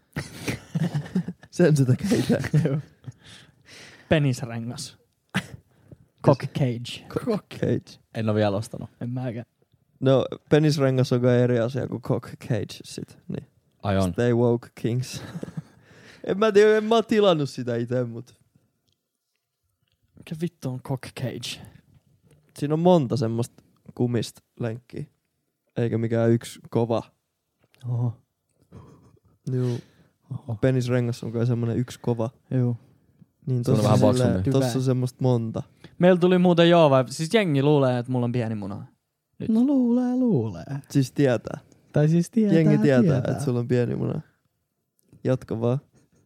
Sen se tekee itse. Penisrengas. Cock cage. Cock cage. en ole vielä ostanut. En mäkään. No, penisrengas on kai eri asia kuin cock cage sit. Niin. Ai on. Stay woke kings. en mä tiedä, en mä oo tilannut sitä itse, mut Mikä vittu on cock cage? siinä on monta semmoista kumista lenkkiä. Eikä mikään yksi kova. Oho. Juu. Oho. Penisrengas on kai semmonen yksi kova. Juu. Niin Se on tossa, vähän silleen- paksumpi. tossa on semmoista monta. Meillä tuli muuten joo vai? Siis jengi luulee, että mulla on pieni muna. Nyt. No luulee, luulee. Siis tietää. Tai siis tietää, Jengi tietää, tietää. että sulla on pieni muna. Jatka vaan.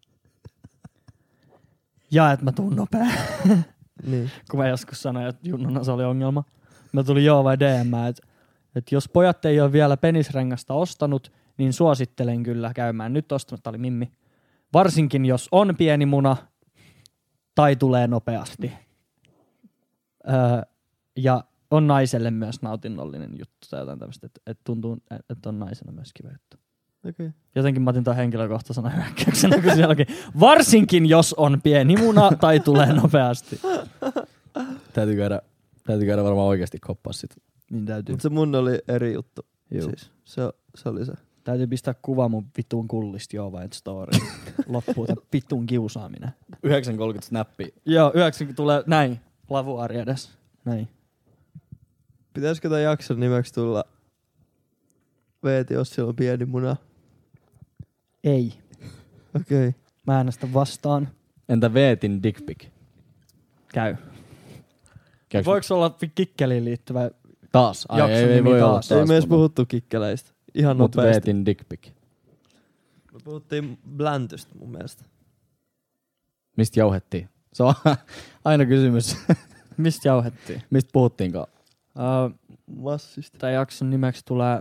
Ja että mä tuun nopea. Niin. Kun mä joskus sanoin, että junnuna se oli ongelma. Mä tuli joo vai D M, että, että jos pojat ei ole vielä penisrengasta ostanut, niin suosittelen kyllä käymään nyt ostamatta, oli Mimmi. Varsinkin jos on pieni muna tai tulee nopeasti. Öö, ja on naiselle myös nautinnollinen juttu tai jotain tämmöistä, että, että tuntuu, että on naisena myös kiva juttu. Okei. Jotenkin mä otin tuon henkilökohtaisena hyökkäyksenä, kun siellä onkin. Varsinkin jos on pieni muna tai tulee nopeasti. Täytyy käydä, täytyy käydä varmaan oikeasti koppaa sit. Niin täytyy. Mut se mun oli eri juttu. Juu. Siis se, se oli se. Täytyy pistää kuva mun vitun kullista joo vai story. Loppuu tää vitun kiusaaminen. yhdeksän kolmekymmentä snappi. Joo, yhdeksänkymmentä tulee näin. Lavuaari edes. Näin. Pitäisikö tämän jakson nimeksi tulla Veeti, jos siellä on pieni muna? Ei. Okei. Okay. Mä äänestän vastaan. Entä Veetin dick pic? Käy. Käykö Voiko olla kikkeliin liittyvä? taas? Ai, jakson ei, ei nimi voi olla taas? taas. Ei me edes mutta- puhuttu kikkeleistä. Ihan Mut nopeasti. Veetin dick pic. Me puhuttiin bläntystä mun mielestä. Mistä jauhettiin? Se on aina kysymys. Mistä jauhettiin? Mistä puhuttiinkaan? Uh, Massista. Tämän jakson nimeksi tulee...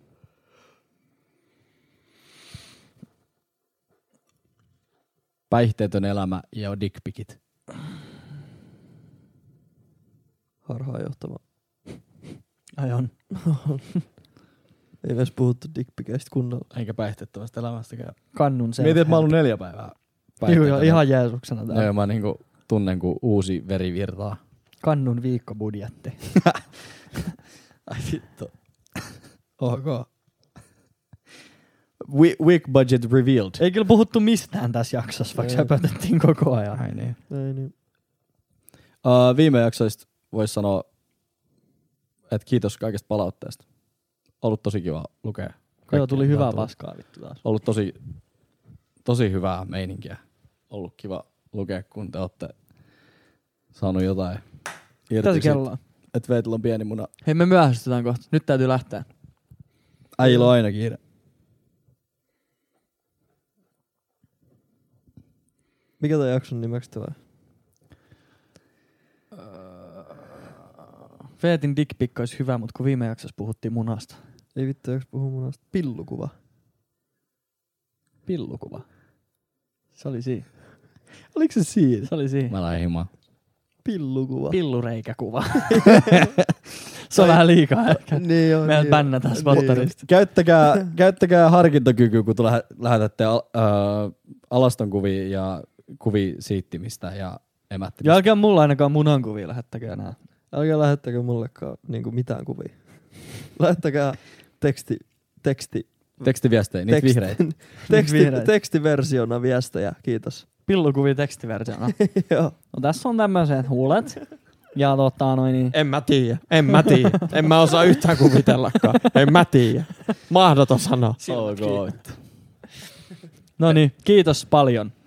Päihteetön elämä ja dickpikit. Harhaanjohtava. Ai on. Ei me edes puhuttu dickpikeistä kunnolla. Eikä päihteettömästä elämästäkään. Kannun se. Mietin, että mä oon ollut neljä päivää. Joo, päihteetön. joo, ihan Jeesuksena täällä. Joo, mä niinku tunnen kuin uusi veri virtaa. Kannun viikkobudjetti. Ai vittu. Ok. We- week budget revealed. Ei kyllä puhuttu mistään tässä jaksossa, vaikka Ei. höpötettiin koko ajan. Ai niin. Ei niin. Uh, viime jaksoista voisi sanoa, että kiitos kaikesta palautteesta. Ollut tosi kiva lukea. Joo, Kaikki tuli on hyvää tullut. paskaa vittu taas. Ollut tosi, tosi hyvää meininkiä. Ollut kiva lukea, kun te olette saanut jotain Mitä se kello on? että Veetillä on pieni muna. Hei, me myöhästytään kohta. Nyt täytyy lähteä. Äijillä on aina kiire. Mikä toi jakson nimeksi tulee? Veetin dickpic olisi hyvä, mutta kun viime jaksossa puhuttiin munasta. Ei vittu, jos puhuu munasta. Pillukuva. Pillukuva. Se oli siinä. Oliko se siinä? Se oli siinä. Mä lähden himaan. Pillukuva. Pillureikäkuva. Se on vähän liikaa ehkä. Niin on. Meidät niin bännätään spotterista. Käyttäkää, käyttäkää harkintakykyä, kun lähe, lähetätte al, äh, alaston kuvia ja kuvia siittimistä ja emättimistä. Ja älkää mulla ainakaan munankuvia lähettäkää nää. Älkää lähettäkö mullekaan niinku mitään kuvia. Lähettäkää teksti, teksti, Tekstiviestejä, niitä teksti, vihreitä. teksti, Vihreitä. tekstiversiona viestejä, kiitos. Pillukuvia tekstiversiona. Joo. No tässä on tämmöiset huulet. Ja tota noin niin. En mä tiedä, en mä tiedä. En mä osaa yhtään kuvitellakaan. En mä tiedä. Mahdoton sana. Olkoon. No niin, kiitos paljon.